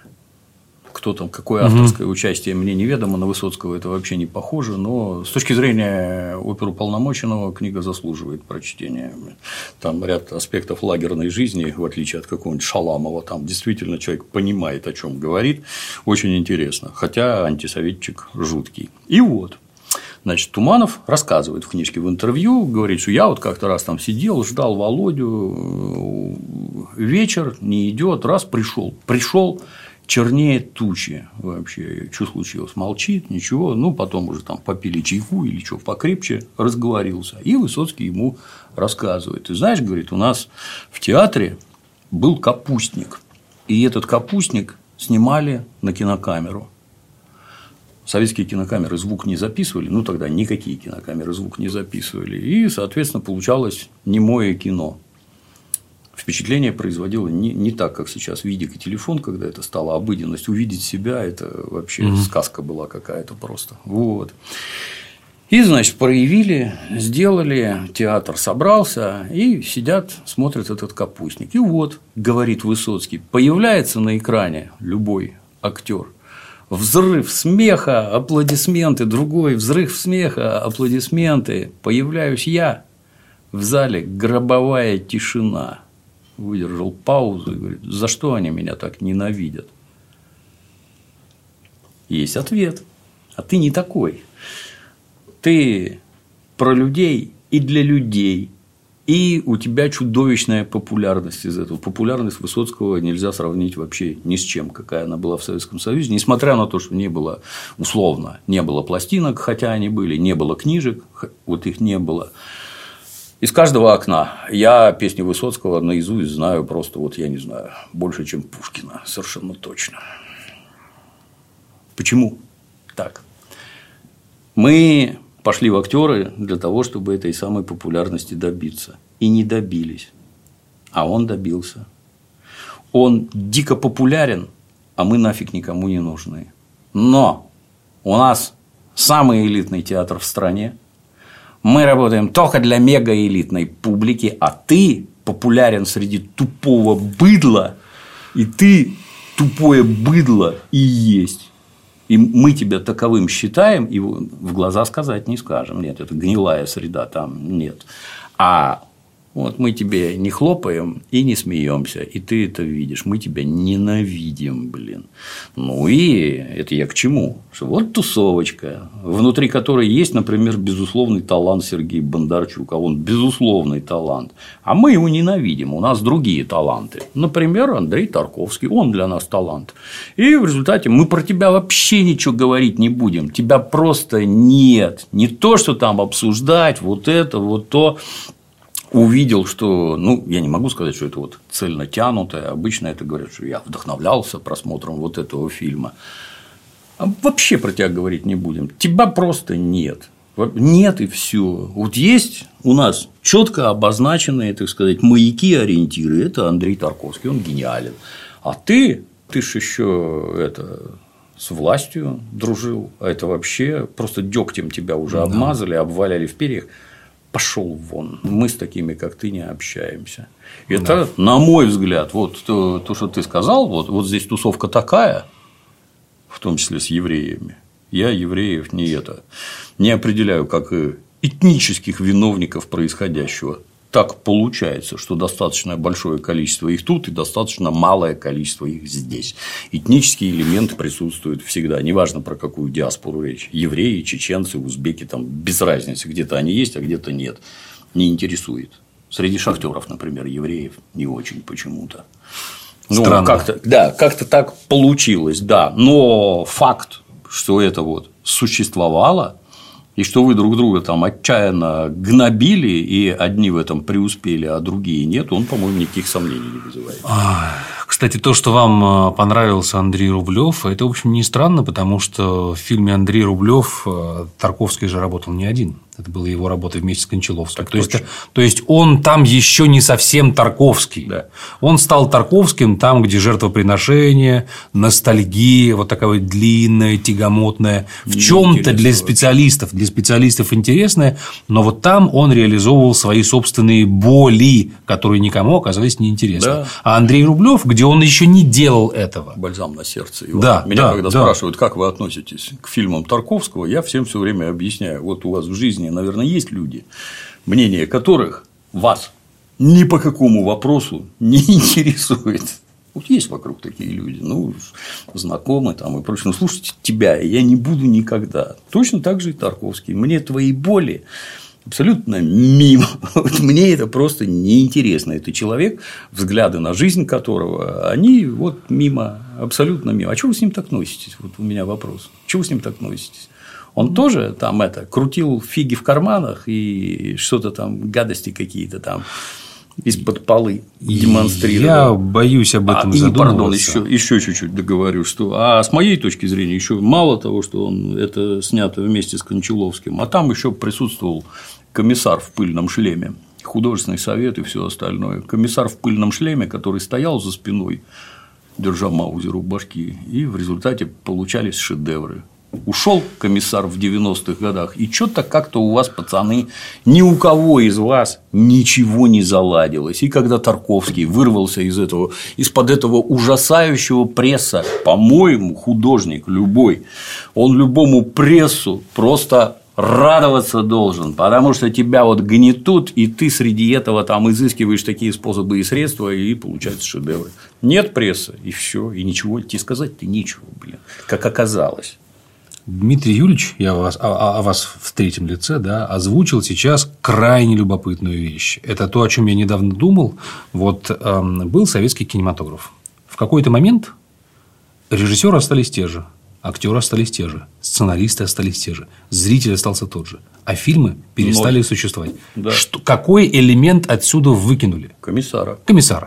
Speaker 1: Кто там, какое авторское участие, мне неведомо, на Высоцкого это вообще не похоже, но с точки зрения оперуполномоченного книга заслуживает прочтения. Там ряд аспектов лагерной жизни, в отличие от какого-нибудь Шаламова, там действительно человек понимает, о чем говорит, очень интересно, хотя антисоветчик жуткий. И вот. Значит, Туманов рассказывает в книжке в интервью, говорит, что я вот как-то раз там сидел, ждал Володю, вечер не идет, раз пришел. Чернее тучи вообще. Что случилось? Молчит, ничего. Потом уже там попили чайку или что покрепче, разговорился. И Высоцкий ему рассказывает. Ты знаешь, говорит, у нас в театре был капустник. И этот капустник снимали на кинокамеру. Советские кинокамеры звук не записывали. Тогда никакие кинокамеры звук не записывали. И, соответственно, получалось немое кино. впечатление производило не так, как сейчас видик и телефон, когда это стало обыденность. Увидеть себя – это вообще сказка была какая-то просто. Вот. И, значит, проявили, сделали, театр собрался, и сидят, смотрят этот капустник. И вот, говорит Высоцкий, появляется на экране любой актер. Взрыв смеха, аплодисменты, другой взрыв смеха, аплодисменты. Появляюсь я, в зале гробовая тишина. Выдержал паузу и говорит, за что они меня так ненавидят? Есть ответ, а ты не такой. Ты про людей и для людей. И у тебя чудовищная популярность из этого. Популярность Высоцкого нельзя сравнить вообще ни с чем, какая она была в Советском Союзе. Несмотря на то, что не было, условно, не было пластинок, хотя они были, не было книжек, вот их не было. Из каждого окна я песни Высоцкого наизусть знаю просто, вот я не знаю, больше, чем Пушкина, совершенно точно. Почему так? Мы пошли в актеры для того, чтобы этой самой популярности добиться. И не добились. А он добился. Он дико популярен, а мы нафиг никому не нужны. Но у нас самый элитный театр в стране. Мы работаем только для мегаэлитной публики, а ты популярен среди тупого быдла, и ты тупое быдло и есть. И мы тебя таковым считаем, и в глаза сказать не скажем. Нет, это гнилая среда, там нет. А вот мы тебе не хлопаем и не смеемся, и ты это видишь. Мы тебя ненавидим, блин. Ну и это я к чему? Что вот тусовочка, внутри которой есть, например, безусловный талант Сергея Бондарчука. Он безусловный талант. А мы его ненавидим. У нас другие таланты. Например, Андрей Тарковский. Он для нас талант. И в результате мы про тебя вообще ничего говорить не будем. Тебя просто нет. Не то, что там обсуждать, вот это, вот то. Увидел, что, ну, я не могу сказать, что это вот цельно тянутое. Обычно это говорят, что я вдохновлялся просмотром вот этого фильма. А вообще про тебя говорить не будем. Тебя просто нет. Нет, и все. Вот есть у нас четко обозначенные, так сказать, маяки, ориентиры. Это Андрей Тарковский, он гениален. А ты ж еще это с властью дружил. А это вообще просто дегтем тебя уже обмазали, обваляли в перьях. Пошел вон. Мы с такими, как ты, не общаемся. Это, на мой взгляд, вот то, что ты сказал, вот здесь тусовка такая, в том числе с евреями. Я евреев не определяю как этнических виновников происходящего. Так получается, что достаточно большое количество их тут и достаточно малое количество их здесь. Этнические элементы присутствуют всегда, неважно, про какую диаспору речь. Евреи, чеченцы, узбеки, там без разницы, где-то они есть, а где-то нет. Не интересует. Среди шахтеров, например, евреев не очень почему-то. Ну, как-то так получилось, да. Но факт, что это вот существовало, и что вы друг друга там отчаянно гнобили, и одни в этом преуспели, а другие нет, он, по-моему, никаких сомнений не вызывает.
Speaker 2: Кстати, то, что вам понравился Андрей Рублев, это, в общем, не странно, потому что в фильме Андрей Рублев Тарковский же работал не один. Это была его работа вместе с Кончаловским. То есть он там еще не совсем Тарковский. Да. Он стал Тарковским там, где жертвоприношение, ностальгия, вот такая вот длинная, тягомотная, в чем-то для специалистов интересная, но вот там он реализовывал свои собственные боли, которые никому оказались неинтересны. Да. А Андрей Рублев, где он еще не делал этого.
Speaker 1: Бальзам на сердце. Меня когда спрашивают, как вы относитесь к фильмам Тарковского, я всем все время объясняю, вот у вас в жизни, наверное, есть люди, мнение которых вас ни по какому вопросу не интересует. Вот есть вокруг такие люди, ну, знакомые там и прочее. Ну, слушайте, тебя я не буду никогда. Точно так же и Тарковский. Мне твои боли абсолютно мимо. Мне это просто неинтересно. Это человек, взгляды на жизнь которого, они вот мимо, абсолютно мимо. А чего вы с ним так носитесь? Вот у меня вопрос. Чего вы с ним так носитесь? Он тоже там крутил фиги в карманах и что-то там, гадости какие-то там из-под полы демонстрировал.
Speaker 2: Я боюсь об этом задумываться.
Speaker 1: Пардон, еще чуть-чуть договорю, что с моей точки зрения еще мало того, что он это снято вместе с Кончаловским, а там еще присутствовал комиссар в пыльном шлеме, художественный совет и все остальное. Комиссар в пыльном шлеме, который стоял за спиной, держа маузер у башки, и в результате получались шедевры. Ушел комиссар в 90-х годах, и что-то как-то у вас, пацаны, ни у кого из вас ничего не заладилось. И когда Тарковский вырвался из-под этого ужасающего пресса, по-моему, художник любой, он любому прессу просто радоваться должен, потому что тебя вот гнетут, и ты среди этого там изыскиваешь такие способы и средства, и получаются шедевры. Нет прессы, и все, и ничего тебе сказать-то нечего, как оказалось.
Speaker 2: Дмитрий Юрьевич, я о вас в третьем лице, да, озвучил сейчас крайне любопытную вещь. Это то, о чем я недавно думал. Вот был советский кинематограф. В какой-то момент режиссеры остались те же, актеры остались те же, сценаристы остались те же, зритель остался тот же, а фильмы перестали существовать. Да. Какой элемент отсюда выкинули?
Speaker 1: Комиссара.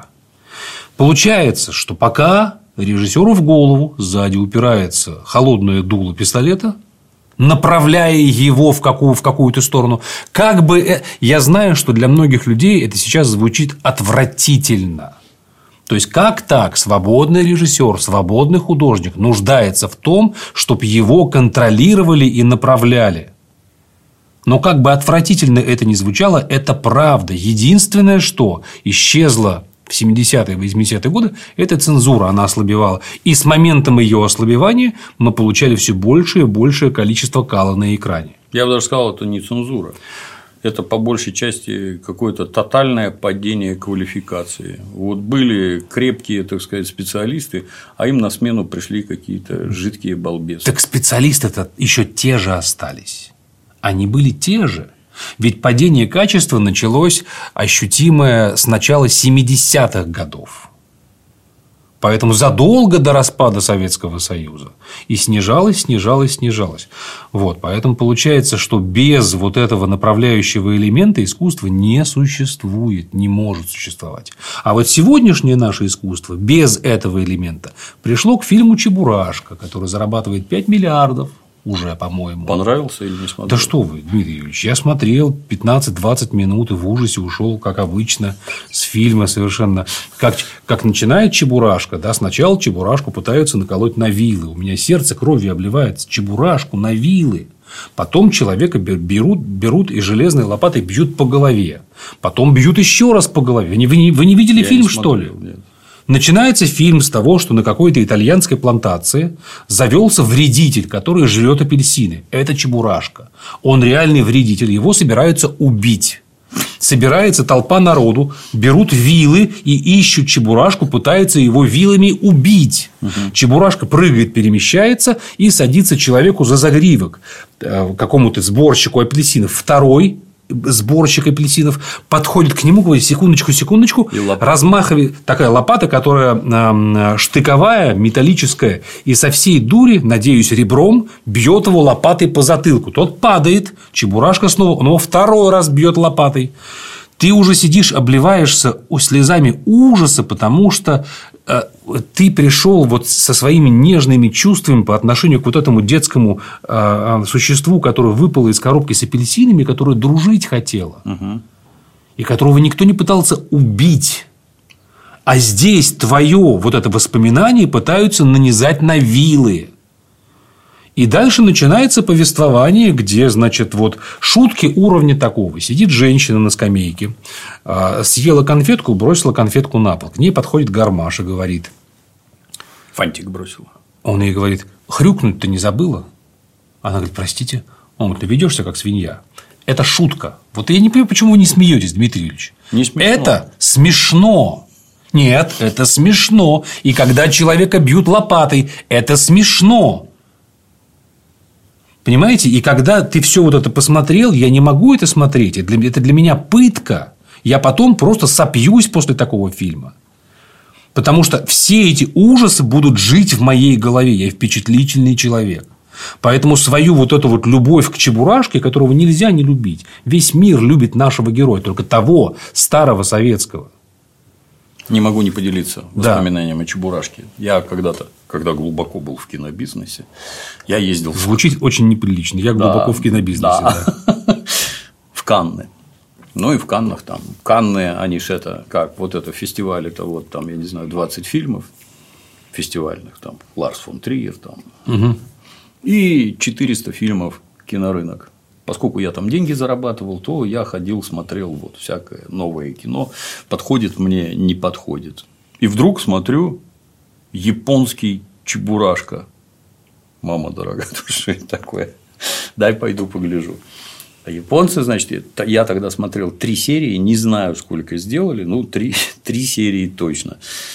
Speaker 2: Получается, что пока режиссеру в голову сзади упирается холодное дуло пистолета, направляя его в какую-то сторону. Я знаю, что для многих людей это сейчас звучит отвратительно. То есть, как так свободный режиссер, свободный художник нуждается в том, чтобы его контролировали и направляли. Но как бы отвратительно это ни звучало, это правда. Единственное, что исчезло в 70-е, 80-е годы, это цензура, она ослабевала. И с моментом ее ослабевания мы получали все большее и большее количество кала на экране.
Speaker 1: Я бы даже сказал, это не цензура. Это по большей части какое-то тотальное падение квалификации. Вот были крепкие, так сказать, специалисты, а им на смену пришли какие-то жидкие балбесы.
Speaker 2: Так специалисты-то еще те же остались. Они были те же. Ведь падение качества началось ощутимое с начала 70-х годов. Поэтому задолго до распада Советского Союза. И снижалось. Вот. Поэтому получается, что без вот этого направляющего элемента искусство не существует, не может существовать. А вот сегодняшнее наше искусство без этого элемента пришло к фильму «Чебурашка», который зарабатывает 5 миллиардов. Уже, по-моему.
Speaker 1: Понравился или не смотрел?
Speaker 2: Да что вы, Дмитрий Юрьевич, я смотрел 15-20 минут и в ужасе ушел, как обычно, с фильма совершенно. Как начинает Чебурашка, да, сначала Чебурашку пытаются наколоть на вилы. У меня сердце кровью обливается. Чебурашку на вилы. Потом человека берут и железной лопатой бьют по голове. Потом бьют еще раз по голове. Вы не видели фильм, что ли? Нет. Начинается фильм с того, что на какой-то итальянской плантации завелся вредитель, который жрет апельсины. Это Чебурашка. Он реальный вредитель. Его собираются убить. Собирается толпа народу, берут вилы и ищут Чебурашку, пытаются его вилами убить. Чебурашка прыгает, перемещается и садится человеку за загривок, какому-то сборщику апельсинов. Второй сборщик апельсинов подходит к нему, говорит: секундочку, размахивает такая лопата, которая штыковая, металлическая, и со всей дури, надеюсь, ребром бьет его лопатой по затылку. Тот падает, Чебурашка снова, он его второй раз бьет лопатой. Ты уже сидишь, обливаешься слезами ужаса, потому что ты пришел вот со своими нежными чувствами по отношению к вот этому детскому существу, которое выпало из коробки с апельсинами, которое дружить хотело, и которого никто не пытался убить. А здесь твое вот это воспоминание пытаются нанизать на вилы. И дальше начинается повествование, где, значит, вот шутки уровня такого. Сидит женщина на скамейке, съела конфетку, бросила конфетку на пол. К ней подходит Гармаш и говорит:
Speaker 1: фантик бросила.
Speaker 2: Он ей говорит: хрюкнуть-то не забыла? Она говорит: простите. Он говорит: ты ведешься как свинья. Это шутка. Вот я не понимаю, почему вы не смеетесь, Дмитрий Юрьевич.
Speaker 1: Не смешно.
Speaker 2: Это смешно. Нет, это смешно. И когда человека бьют лопатой, это смешно. Понимаете? И когда ты все вот это посмотрел, я не могу это смотреть. Это для меня пытка. Я потом просто сопьюсь после такого фильма. Потому что все эти ужасы будут жить в моей голове. Я впечатлительный человек. Поэтому свою вот эту вот любовь к Чебурашке, которого нельзя не любить. Весь мир любит нашего героя, только того старого советского.
Speaker 1: Не могу не поделиться воспоминанием о Чебурашке. Я когда-то, когда глубоко был в кинобизнесе, я ездил...
Speaker 2: Звучит очень неприлично. Я глубоко в кинобизнесе.
Speaker 1: В Канны. Ну и в Каннах там. Канны, они же это, как вот это фестиваль, это вот там, я не знаю, 20 фильмов фестивальных, там Ларс фон Триер, там, и 400 фильмов кинорынок. Поскольку я там деньги зарабатывал, то я ходил, смотрел вот всякое новое кино, подходит мне, не подходит. И вдруг смотрю японский Чебурашка. Мама дорогая, что это такое? Дай пойду погляжу. А японцы, значит, я тогда смотрел 3 серии, не знаю, сколько сделали, ну, 3 серии точно.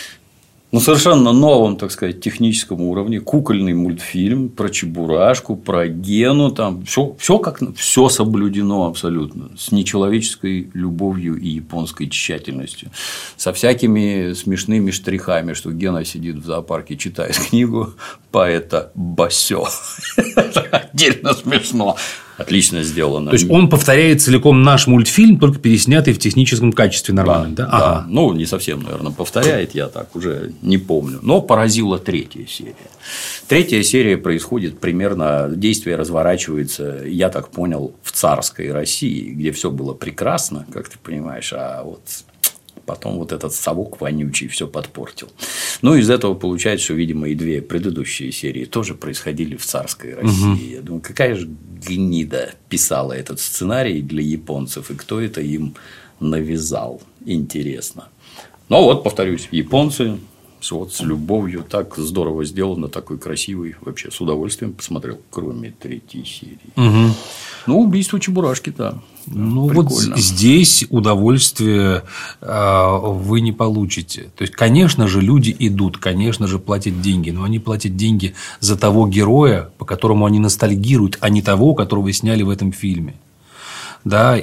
Speaker 1: На совершенно новом, так сказать, техническом уровне, кукольный мультфильм про Чебурашку, про Гену, там все соблюдено абсолютно, с нечеловеческой любовью и японской тщательностью, со всякими смешными штрихами, что Гена сидит в зоопарке, читает книгу поэта Басё. Это отдельно смешно. Отлично сделано.
Speaker 2: То есть он повторяет целиком наш мультфильм, только переснятый в техническом качестве нормально, да?
Speaker 1: Да. Ага. Ну, не совсем, наверное, повторяет, я так уже не помню. Но поразила 3-я серия. 3-я серия происходит примерно, действие разворачивается, я так понял, в царской России, где все было прекрасно, как ты понимаешь, а вот потом вот этот совок вонючий все подпортил. Ну, из этого получается, что, видимо, и 2 предыдущие серии тоже происходили в царской России. Я думаю, какая же гнида писала этот сценарий для японцев, и кто это им навязал. Интересно. Но вот, повторюсь, японцы вот с любовью, так здорово сделано, такой красивый, вообще с удовольствием посмотрел, кроме 3-й серии. Ну, убийство Чебурашки, да.
Speaker 2: Ну,
Speaker 1: прикольно.
Speaker 2: Вот здесь удовольствие вы не получите. То есть, конечно же, люди идут, конечно же, платят деньги, но они платят деньги за того героя, по которому они ностальгируют, а не того, которого сняли в этом фильме. Да,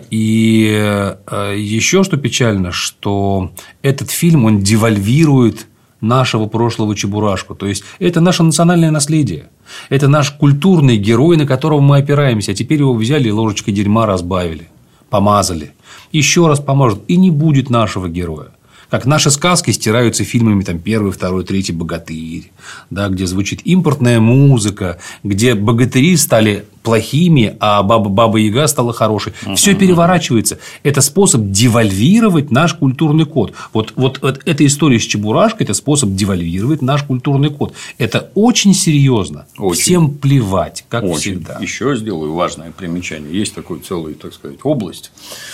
Speaker 2: и еще что печально, что этот фильм, он девальвирует нашего прошлого Чебурашку. То есть, это наше национальное наследие. Это наш культурный герой, на которого мы опираемся. А теперь его взяли и ложечкой дерьма разбавили, помазали. Еще раз поможет. И не будет нашего героя. Как наши сказки стираются фильмами там, 1, 2, 3 «Богатырь», да, где звучит импортная музыка, где богатыри стали плохими, а Баба-Яга стала хорошей. Все переворачивается. Это способ девальвировать наш культурный код. Вот эта история с Чебурашкой – это способ девальвировать наш культурный код. Это очень серьезно. Очень. Всем плевать, как
Speaker 1: очень.
Speaker 2: Всегда.
Speaker 1: Еще сделаю важное примечание. Есть такая целая, так сказать, область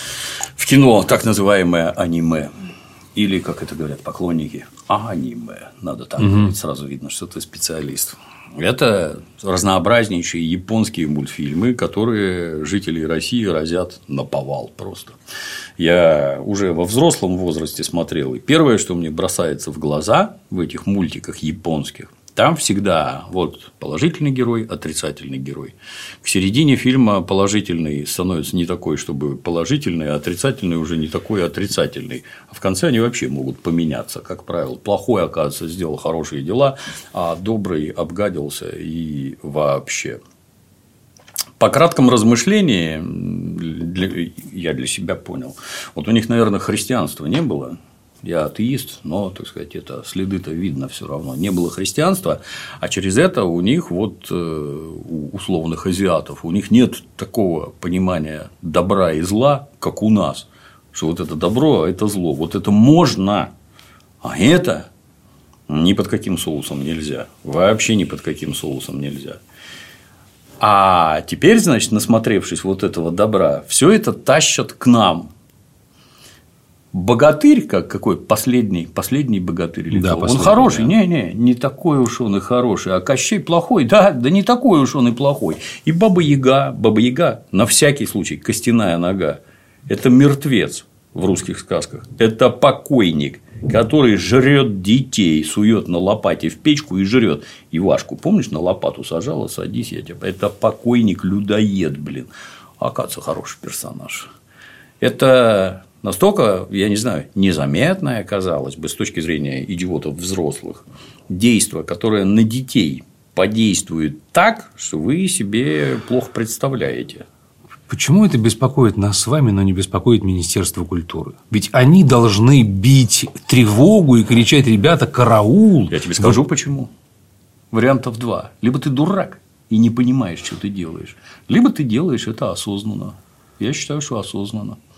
Speaker 1: в кино, так называемое аниме. Или, как это говорят поклонники, аниме. Надо так говорить, сразу видно, что ты специалист. Это разнообразнейшие японские мультфильмы, которые жители России разят наповал просто. Я уже во взрослом возрасте смотрел, и первое, что мне бросается в глаза в этих мультиках японских, там всегда вот положительный герой, отрицательный герой. К середине фильма положительный становится не такой, чтобы положительный, а отрицательный уже не такой отрицательный. А в конце они вообще могут поменяться, как правило. Плохой, оказывается, сделал хорошие дела, а добрый обгадился и вообще. По краткому размышлению я для себя понял. Вот у них, наверное, христианства не было. Я атеист, но, так сказать, это следы-то видно все равно. Не было христианства, а через это у них, вот, у условных азиатов, у них нет такого понимания добра и зла, как у нас. Что вот это добро, а это зло. Вот это можно, а это ни под каким соусом нельзя. Вообще ни под каким соусом нельзя. А теперь, значит, насмотревшись вот этого добра, все это тащат к нам. Богатырь, как какой последний богатырь или
Speaker 2: да,
Speaker 1: кто? Он хороший, да. Не такой уж он и хороший, а Кощей плохой, да не такой уж он и плохой. И Баба-Яга, на всякий случай, костяная нога, это мертвец в русских сказках, это покойник, который жрет детей, сует на лопате в печку и жрет. Ивашку, помнишь, на лопату сажала, садись, я тебя. Это покойник-людоед, блин. Оказывается, хороший персонаж. Это настолько, я не знаю, незаметное, казалось бы, с точки зрения идиотов взрослых, действо, которое на детей подействует так, что вы себе плохо представляете.
Speaker 2: Почему это беспокоит нас с вами, но не беспокоит Министерство культуры? Ведь они должны бить тревогу и кричать: ребята, караул!
Speaker 1: Я тебе скажу, почему. Вариантов 2. Либо ты дурак и не понимаешь, что ты делаешь, либо ты делаешь это осознанно. Я считаю, что осознанно.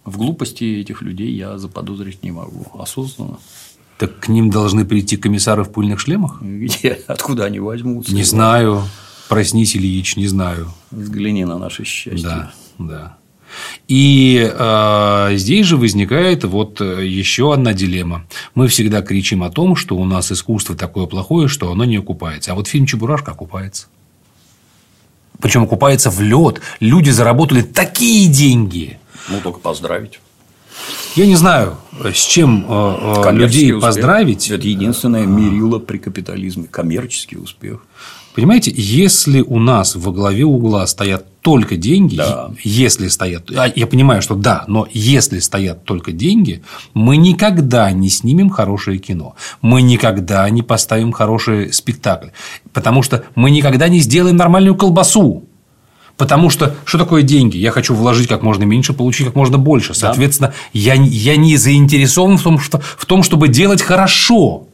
Speaker 1: В глупости этих людей я заподозрить не могу. Осознанно.
Speaker 2: Так к ним должны прийти комиссары в пыльных шлемах?
Speaker 1: Где? Откуда они возьмутся?
Speaker 2: Не знаю. Проснись, Ильич, не знаю.
Speaker 1: Взгляни на наше счастье.
Speaker 2: Да, да. И здесь же возникает вот еще одна дилемма. Мы всегда кричим о том, что у нас искусство такое плохое, что оно не окупается. А вот фильм «Чебурашка» окупается. Причем окупается в лед. Люди заработали такие деньги.
Speaker 1: Ну, только поздравить.
Speaker 2: Я не знаю, с чем людей
Speaker 1: успех.
Speaker 2: Поздравить.
Speaker 1: Это единственное мерило при капитализме. Коммерческий успех.
Speaker 2: Понимаете, если у нас во главе угла стоят только деньги,
Speaker 1: да.
Speaker 2: Если стоят, я понимаю, что да, но если стоят только деньги, мы никогда не снимем хорошее кино, мы никогда не поставим хороший спектакль, потому что мы никогда не сделаем нормальную колбасу. Потому что что такое деньги? Я хочу вложить как можно меньше, получить как можно больше. Соответственно, да. я не заинтересован в том, чтобы делать хорошо.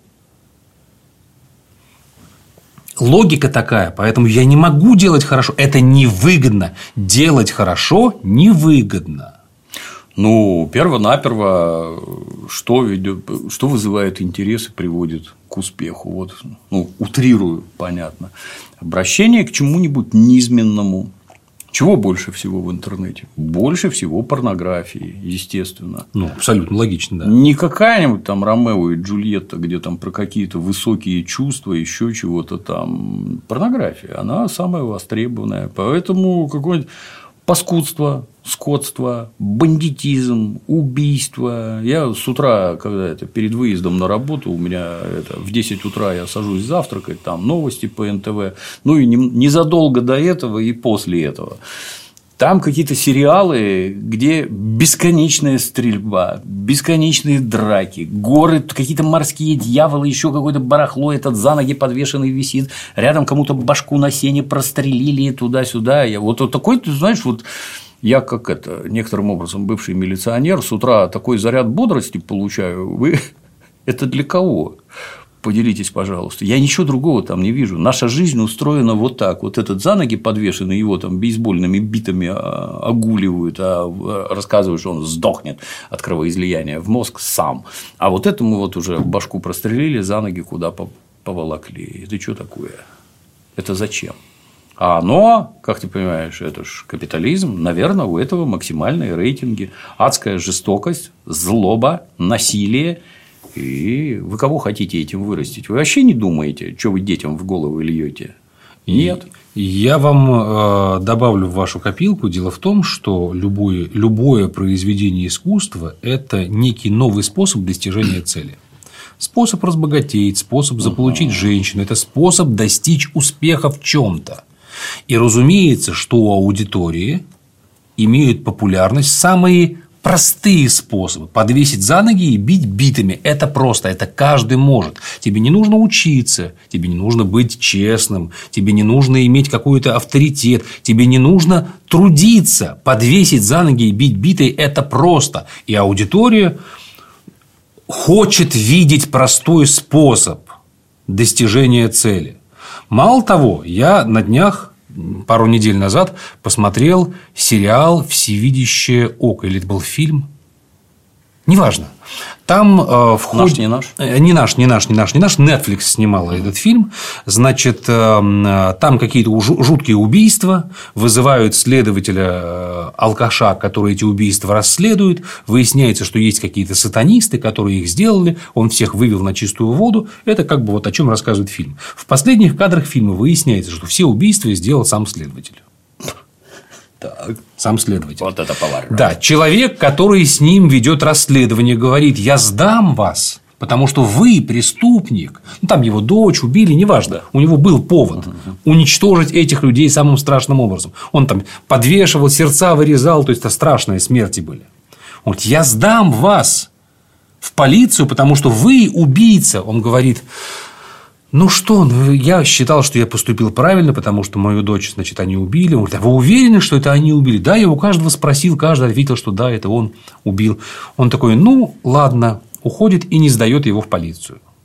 Speaker 2: Логика такая, поэтому я не могу делать хорошо. Это невыгодно. Делать хорошо невыгодно.
Speaker 1: Ну, перво-наперво, что вызывает интерес и приводит к успеху? Вот, ну, утрирую, понятно. Обращение к чему-нибудь низменному. Чего больше всего в интернете? Больше всего порнографии, естественно.
Speaker 2: Ну, абсолютно логично, да.
Speaker 1: Не какая-нибудь там Ромео и Джульетта, где там про какие-то высокие чувства, еще чего-то там. Порнография, она самая востребованная. Поэтому какое-нибудь паскудство, скотство, бандитизм, убийство. Я с утра, когда перед выездом на работу, у меня в 10 утра я сажусь завтракать, там новости по НТВ, ну и незадолго до этого и после этого. Там какие-то сериалы, где бесконечная стрельба, бесконечные драки, горы, какие-то морские дьяволы, еще какое-то барахло, этот за ноги подвешенный висит, рядом кому-то башку на сене прострелили туда-сюда. Вот такой, ты знаешь, вот я как некоторым образом бывший милиционер, с утра такой заряд бодрости получаю. Вы это для кого? Поделитесь, пожалуйста. Я ничего другого там не вижу. Наша жизнь устроена вот так. Вот этот за ноги подвешенный, его там бейсбольными битами огуливают, рассказывают, что он сдохнет от кровоизлияния в мозг сам. А вот этому вот уже башку прострелили, за ноги куда поволокли. Это что такое? Это зачем? А оно, как ты понимаешь, это ж капитализм, наверное, у этого максимальные рейтинги. Адская жестокость, злоба, насилие. И вы кого хотите этим вырастить? Вы вообще не думаете, что вы детям в голову льете? Нет.
Speaker 2: Я вам добавлю в вашу копилку. Дело в том, что любое произведение искусства – это некий новый способ достижения цели. Способ разбогатеть, способ заполучить женщину – это способ достичь успеха в чем-то. И разумеется, что у аудитории имеют популярность самые простые способы. Подвесить за ноги и бить битами. Это просто, это каждый может. Тебе не нужно учиться, тебе не нужно быть честным, тебе не нужно иметь какой-то авторитет, тебе не нужно трудиться. Подвесить за ноги и бить битой – это просто. И аудитория хочет видеть простой способ достижения цели. Мало того, я на днях, пару недель назад, посмотрел сериал «Всевидящее око». Или это был фильм? Неважно. Там входит…
Speaker 1: Наш,
Speaker 2: не наш. Netflix снимал этот фильм. Значит, там какие-то жуткие убийства. Вызывают следователя-алкаша, который эти убийства расследует. Выясняется, что есть какие-то сатанисты, которые их сделали. Он всех вывел на чистую воду. Это как бы вот о чем рассказывает фильм. В последних кадрах фильма выясняется, что все убийства сделал сам следователь.
Speaker 1: Так.
Speaker 2: Сам следователь.
Speaker 1: Вот это поворот.
Speaker 2: Да, человек, который с ним ведет расследование, говорит: я сдам вас, потому что вы преступник. Ну, там его дочь убили, неважно. Да. У него был повод уничтожить этих людей самым страшным образом. Он там подвешивал, сердца вырезал, то есть это страшные смерти были. Он говорит: я сдам вас в полицию, потому что вы убийца. Он говорит: ну что, я считал, что я поступил правильно, потому что мою дочь, значит, они убили. Он говорит: а вы уверены, что это они убили? Да, я у каждого спросил, каждый ответил, что да, это он убил. Он такой: ну ладно, уходит и не сдает его в полицию.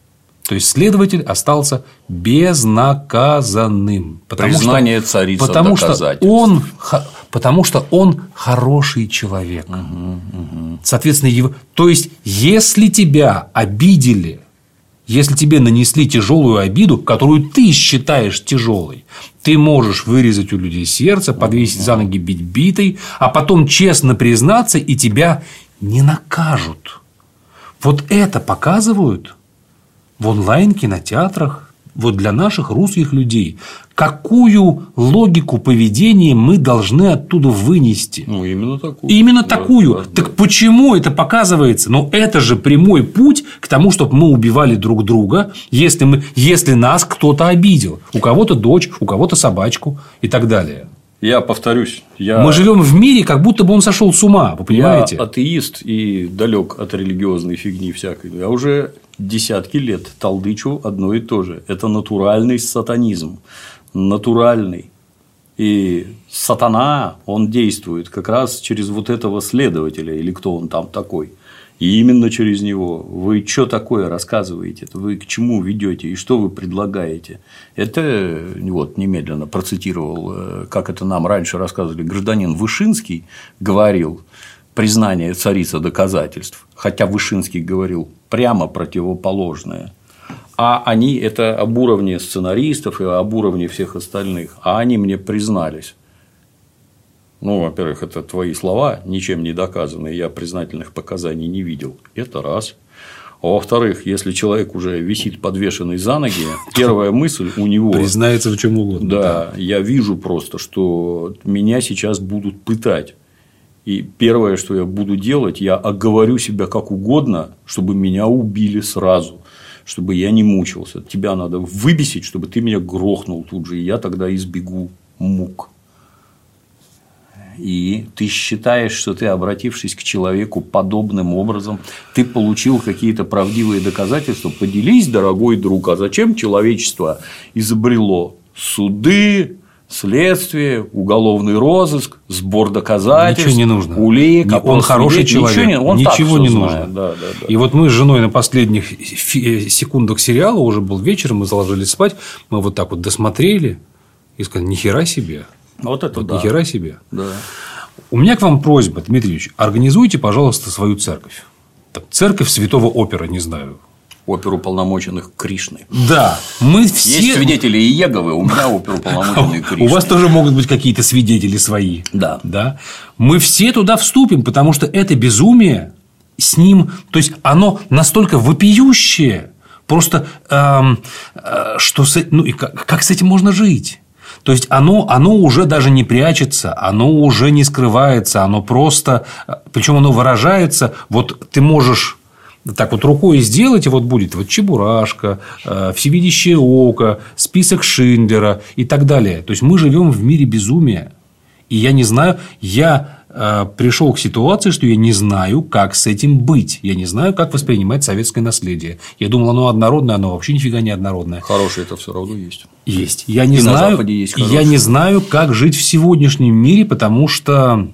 Speaker 2: То есть следователь остался безнаказанным.
Speaker 1: Признание царицы доказательств.
Speaker 2: Потому что он хороший человек. Соответственно, то есть, если тебя обидели, если тебе нанесли тяжелую обиду, которую ты считаешь тяжелой, ты можешь вырезать у людей сердце, подвесить за ноги, бить битой, а потом честно признаться, и тебя не накажут. Вот это показывают в онлайн-кинотеатрах. Вот для наших русских людей. Какую логику поведения мы должны оттуда вынести?
Speaker 1: Ну, именно такую.
Speaker 2: Именно такую. Так почему это показывается? Но это же прямой путь к тому, чтобы мы убивали друг друга, если нас кто-то обидел. У кого-то дочь, у кого-то собачку и так далее.
Speaker 1: Я повторюсь.
Speaker 2: Мы живем в мире, как будто бы он сошел с ума. Вы понимаете?
Speaker 1: Я атеист и далек от религиозной фигни всякой. Я уже десятки лет толдычу одно и то же. Это натуральный сатанизм. Натуральный. И сатана, он действует как раз через вот этого следователя, или кто он там такой. И именно через него. Вы что такое рассказываете? Вы к чему ведете? И что вы предлагаете? Это вот немедленно процитировал, как это нам раньше рассказывали, гражданин Вышинский говорил: признание царицы доказательств. Хотя Вышинский говорил прямо противоположное. А они это об уровне сценаристов и об уровне всех остальных. А они мне признались. Ну, во-первых, это твои слова, ничем не доказанные, я признательных показаний не видел. Это раз. А во-вторых, если человек уже висит подвешенный за ноги, первая мысль у него…
Speaker 2: Признается в чем угодно.
Speaker 1: Да, я вижу просто, что меня сейчас будут пытать. И первое, что я буду делать, я оговорю себя как угодно, чтобы меня убили сразу, чтобы я не мучился. Тебя надо выбесить, чтобы ты меня грохнул тут же, и я тогда избегу мук. И ты считаешь, что ты, обратившись к человеку подобным образом, ты получил какие-то правдивые доказательства? Поделись, дорогой друг, а зачем человечество изобрело суды, следствие, уголовный розыск, сбор доказательств,
Speaker 2: ничего не нужно.
Speaker 1: улик,
Speaker 2: он хороший человек, ничего не нужно.
Speaker 1: Да.
Speaker 2: И вот мы с женой на последних секундах сериала, уже был вечер, мы заложились спать, мы вот так вот досмотрели и сказали: нихера себе.
Speaker 1: Вот это да.
Speaker 2: Нихера себе.
Speaker 1: Да.
Speaker 2: У меня к вам просьба, Дмитрий Ильич, организуйте, пожалуйста, свою церковь. Церковь Святого Опера, не знаю.
Speaker 1: Оперуполномоченных Кришны.
Speaker 2: Да, мы все…
Speaker 1: Есть свидетели Иеговы, у меня оперуполномоченные Кришны.
Speaker 2: У вас тоже могут быть какие-то свидетели свои.
Speaker 1: Да.
Speaker 2: Мы все туда вступим, потому что это безумие с ним, то есть оно настолько вопиющее, просто что и как с этим можно жить? То есть оно уже даже не прячется, оно уже не скрывается, оно просто, причем оно выражается, вот ты можешь так вот рукой сделать, и вот будет вот Чебурашка, Всевидящее око, список Шиндлера и так далее. То есть мы живем в мире безумия. И я не знаю, я пришел к ситуации, что я не знаю, как с этим быть. Я не знаю, как воспринимать советское наследие. Я думал, оно однородное, оно вообще нифига не однородное.
Speaker 1: Хорошее это все равно есть.
Speaker 2: Есть. Я не знаю, как жить в сегодняшнем мире, потому что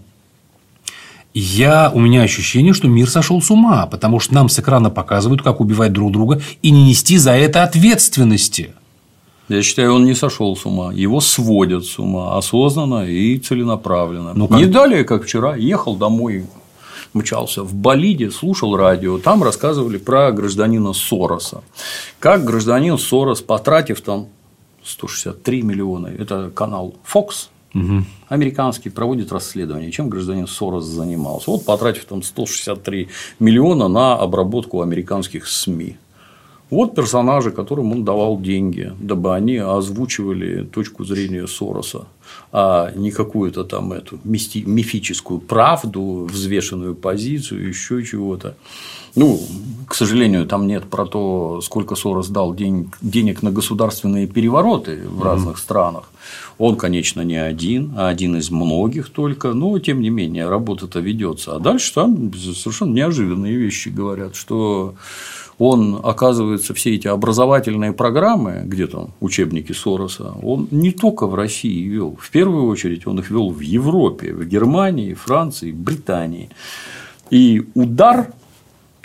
Speaker 2: у меня ощущение, что мир сошел с ума, потому что нам с экрана показывают, как убивать друг друга, и не нести за это ответственности.
Speaker 1: Я считаю, он не сошел с ума. Его сводят с ума осознанно и целенаправленно.
Speaker 2: Ну,
Speaker 1: не далее, как вчера, ехал домой, мчался в болиде, слушал радио. Там рассказывали про гражданина Сороса. Как гражданин Сорос, потратив там 163 миллиона, это канал Fox, американский, проводит расследование, чем гражданин Сорос занимался. Вот потратив там 163 миллиона на обработку американских СМИ. Вот персонажи, которым он давал деньги, дабы они озвучивали точку зрения Сороса, а не какую-то там эту мифическую правду, взвешенную позицию, еще чего-то. Ну, к сожалению, там нет про то, сколько Сорос дал денег на государственные перевороты в разных странах. Он, конечно, не один, а один из многих только, но тем не менее работа-то ведется. А дальше там совершенно неожиданные вещи говорят, что он, оказывается, все эти образовательные программы, где там учебники Сороса, он не только в России вел. В первую очередь он их вел в Европе, в Германии, Франции, Британии. И удар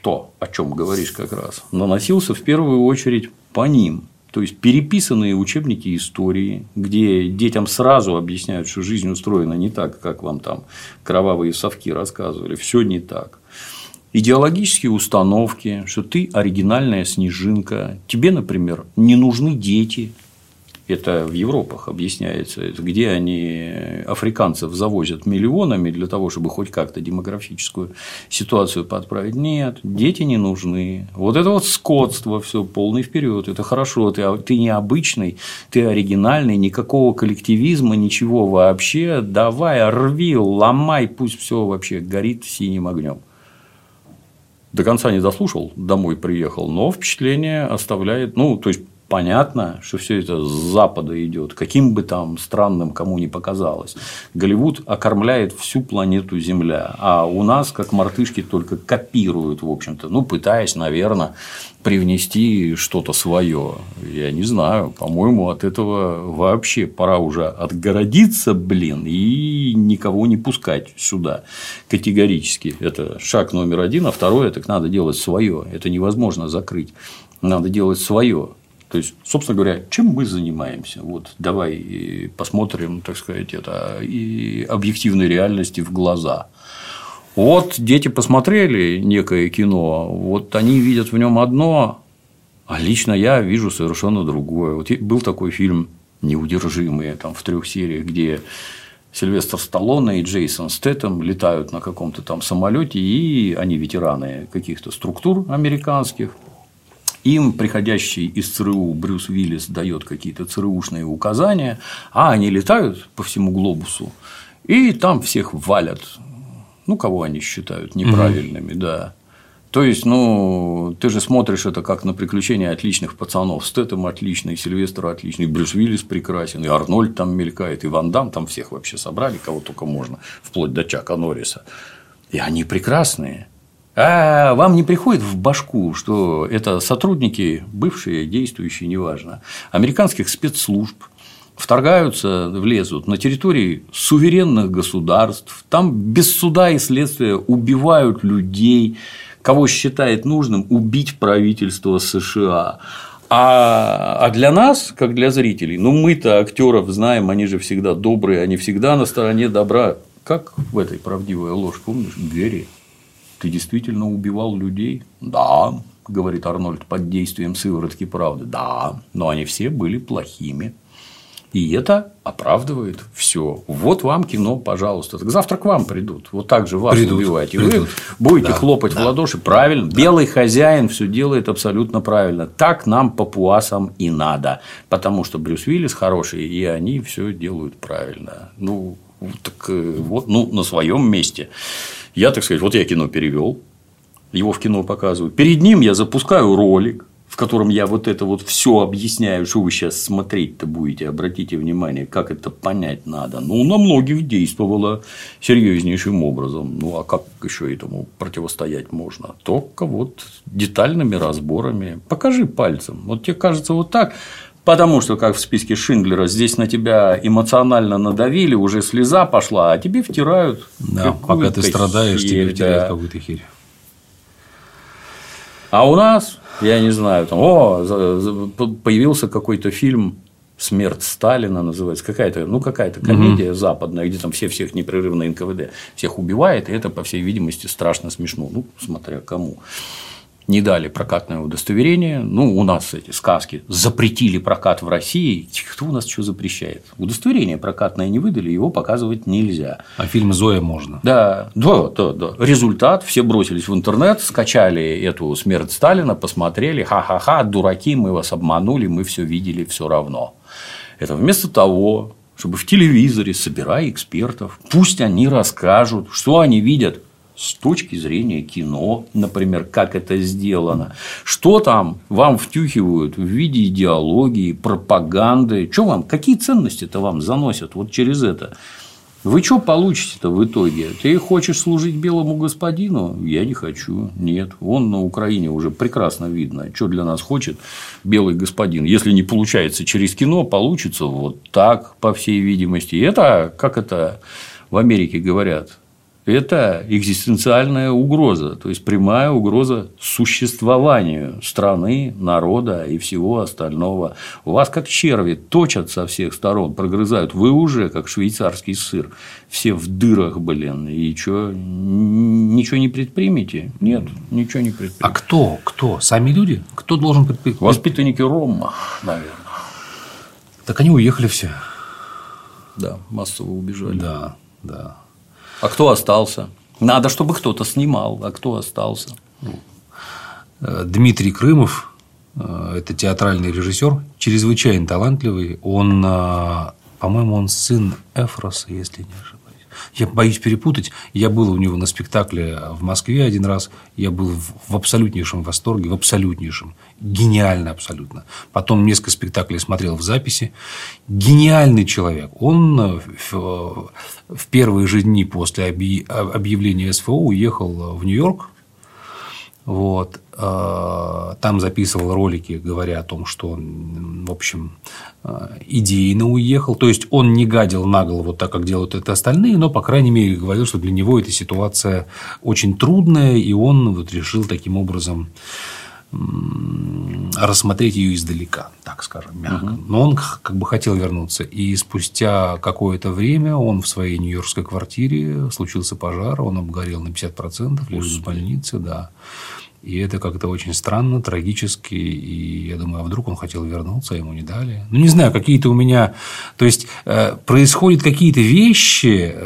Speaker 1: то, о чем говоришь как раз, наносился в первую очередь по ним. То есть переписанные учебники истории, где детям сразу объясняют, что жизнь устроена не так, как вам там кровавые совки рассказывали, все не так. Идеологические установки, что ты оригинальная снежинка, тебе, например, не нужны дети. Это в Европах объясняется, где они африканцев завозят миллионами для того, чтобы хоть как-то демографическую ситуацию подправить. Нет, дети не нужны. Вот это вот скотство, все полный вперед. Это хорошо, ты необычный, ты оригинальный, никакого коллективизма, ничего вообще. Давай, рви, ломай, пусть все вообще горит синим огнем. До конца не дослушал, домой приехал, но впечатление оставляет, то есть понятно, что все это с Запада идет, каким бы там странным кому ни показалось. Голливуд окормляет всю планету Земля, а у нас, как мартышки, только копируют, в общем-то, пытаясь, наверное, привнести что-то свое. Я не знаю, по-моему, от этого вообще пора уже отгородиться, и никого не пускать сюда категорически. Это шаг номер один, а второе, так надо делать свое. Это невозможно закрыть. Надо делать свое. То есть, собственно говоря, чем мы занимаемся? Вот давай посмотрим, так сказать, это и объективной реальности в глаза. Вот дети посмотрели некое кино, вот они видят в нем одно, а лично я вижу совершенно другое. Вот был такой фильм «Неудержимые», там в 3 сериях, где Сильвестр Сталлоне и Джейсон Стэтэм летают на каком-то там самолете, и они ветераны каких-то структур американских. Им приходящий из ЦРУ Брюс Уиллис дает какие-то ЦРУшные указания, а они летают по всему глобусу, и там всех валят. Кого они считают неправильными, да. То есть, ты же смотришь это как на приключения отличных пацанов. Стэтэм отличный, Сильвестр отличный, Брюс Уиллис прекрасен, и Арнольд там мелькает, и Ван Дамм, там всех вообще собрали, кого только можно, вплоть до Чака Норриса. И они прекрасные. А вам не приходит в башку, что это сотрудники, бывшие, действующие, неважно, американских спецслужб, влезут на территории суверенных государств, там без суда и следствия убивают людей, кого считает нужным убить правительство США. А для нас, как для зрителей, мы-то актеров знаем, они же всегда добрые, они всегда на стороне добра. Как в этой «Правдивая ложь», помнишь, Гэри? Ты действительно убивал людей? Да, говорит Арнольд под действием сыворотки правды. Да, но они все были плохими. И это оправдывает все. Вот вам кино, пожалуйста. Так завтра к вам придут. Вот так же вас убивать. И вы будете хлопать в ладоши. Правильно. Да. Белый хозяин все делает абсолютно правильно. Так нам, папуасам, и надо. Потому что Брюс Уиллис хороший, и они все делают правильно. На своем месте. Я, так сказать, я кино перевел, его в кино показываю. Перед ним я запускаю ролик, в котором я вот это вот все объясняю, что вы сейчас смотреть-то будете. Обратите внимание, как это понять надо. На многих действовало серьезнейшим образом. А как еще этому противостоять можно? Только детальными разборами. Покажи пальцем. Тебе кажется вот так. Потому что, как в списке Шиндлера, здесь на тебя эмоционально надавили, уже слеза пошла, а тебе втирают.
Speaker 2: Да, пока ты страдаешь, тебе втирают какую-то херь.
Speaker 1: А у нас, я не знаю, появился какой-то фильм «Смерть Сталина» называется, какая-то комедия западная, где там всех непрерывно НКВД всех убивает, и это, по всей видимости, страшно смешно, смотря кому. Не дали прокатное удостоверение. У нас эти сказки запретили прокат в России. Кто у нас что запрещает? Удостоверение прокатное не выдали, его показывать нельзя.
Speaker 2: А фильм «Зоя» можно.
Speaker 1: Да. Результат: все бросились в интернет, скачали эту «Смерть Сталина», посмотрели, ха-ха-ха, дураки, мы вас обманули, мы все видели все равно. Это вместо того, чтобы в телевизоре, собирая экспертов, пусть они расскажут, что они видят с точки зрения кино, например, как это сделано, что там вам втюхивают в виде идеологии, пропаганды, какие ценности-то вам заносят через это. Вы что получите-то в итоге? Ты хочешь служить белому господину? Я не хочу. Нет. На Украине уже прекрасно видно, что для нас хочет белый господин. Если не получается через кино, получится вот так, по всей видимости. И это, как это в Америке говорят, Это экзистенциальная угроза, то есть прямая угроза существованию страны, народа и всего остального. У вас как черви точат со всех сторон, прогрызают. Вы уже как швейцарский сыр, все в дырах, блин. И что, ничего не предпримете? Нет, ничего не предпримете.
Speaker 2: А кто? Кто? Сами люди? Кто должен предпринять?
Speaker 1: Воспитанники Рома, наверное.
Speaker 2: Так они уехали все.
Speaker 1: Да, массово убежали.
Speaker 2: Да, да.
Speaker 1: А кто остался? Надо, чтобы кто-то снимал, а кто остался?
Speaker 2: Дмитрий Крымов – это театральный режиссер, чрезвычайно талантливый. Он, по-моему, он сын Эфроса, если не ошибаюсь. Я боюсь перепутать. Я был у него на спектакле в Москве один раз. Я был в абсолютнейшем восторге, в абсолютнейшем. Гениально абсолютно. Потом несколько спектаклей смотрел в записи. Гениальный человек. Он в первые же дни после объявления СВО уехал в Нью-Йорк. Вот. Там записывал ролики, говоря о том, что он, в общем, идейно уехал. То есть он не гадил нагло вот так, как делают это остальные, но, по крайней мере, говорил, что для него эта ситуация очень трудная, и он вот решил таким образом рассмотреть ее издалека, так скажем, мягко. Но он как бы хотел вернуться. И спустя какое-то время он в своей нью-йоркской квартире, случился пожар, он обгорел на 50%, лежит в больнице, да. И это как-то очень странно, трагически. И я думаю, а вдруг он хотел вернуться, а ему не дали. Ну, не знаю, какие-то у меня. То есть происходят какие-то вещи.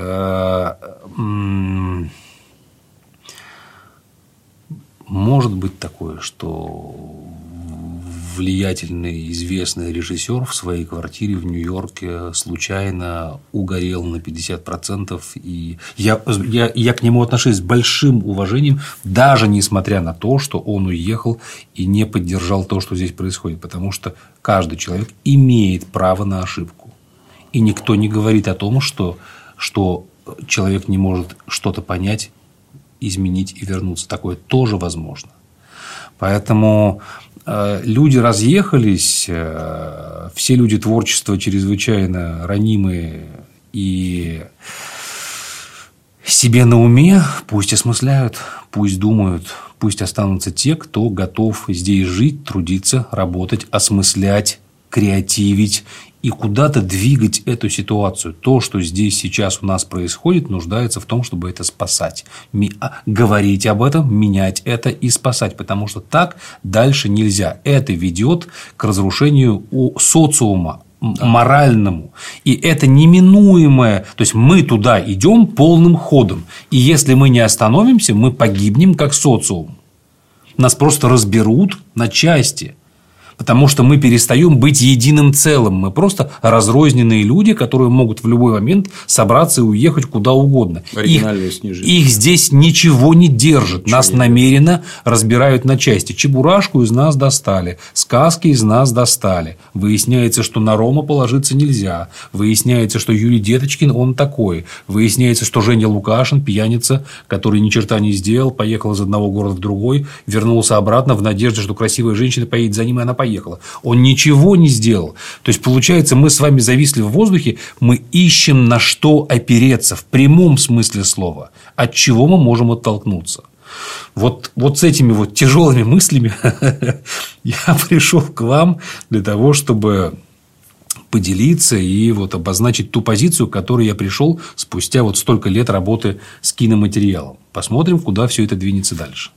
Speaker 2: Может быть такое, что влиятельный, известный режиссер в своей квартире в Нью-Йорке случайно угорел на 50%. И я к нему отношусь с большим уважением, даже несмотря на то, что он уехал и не поддержал то, что здесь происходит. Потому что каждый человек имеет право на ошибку. И никто не говорит о том, что человек не может что-то понять, изменить и вернуться. Такое тоже возможно. Поэтому люди разъехались, все люди творчества чрезвычайно ранимые и себе на уме, пусть осмысляют, пусть думают, пусть останутся те, кто готов здесь жить, трудиться, работать, осмыслять, креативить и куда-то двигать эту ситуацию. То, что здесь сейчас у нас происходит, нуждается в том, чтобы это спасать. Говорить об этом, менять это и спасать. Потому что так дальше нельзя. Это ведет к разрушению социума моральному. И это неминуемое. То есть мы туда идем полным ходом. И если мы не остановимся, мы погибнем как социум. Нас просто разберут на части. Потому что мы перестаем быть единым целым. Мы просто разрозненные люди, которые могут в любой момент собраться и уехать куда угодно. Их здесь ничего не держит. Нас намеренно разбирают на части. Чебурашку из нас достали. Сказки из нас достали. Выясняется, что на Рома положиться нельзя. Выясняется, что Юрий Деточкин он такой. Выясняется, что Женя Лукашин, пьяница, который ни черта не сделал, поехал из одного города в другой, вернулся обратно в надежде, что красивая женщина поедет за ним, и она поехала. Он ничего не сделал. То есть, получается, мы с вами зависли в воздухе, мы ищем на что опереться в прямом смысле слова, от чего мы можем оттолкнуться. Вот с этими вот тяжелыми мыслями я пришел к вам для того, чтобы поделиться и вот обозначить ту позицию, к которой я пришел спустя вот столько лет работы с киноматериалом. Посмотрим, куда все это двинется дальше.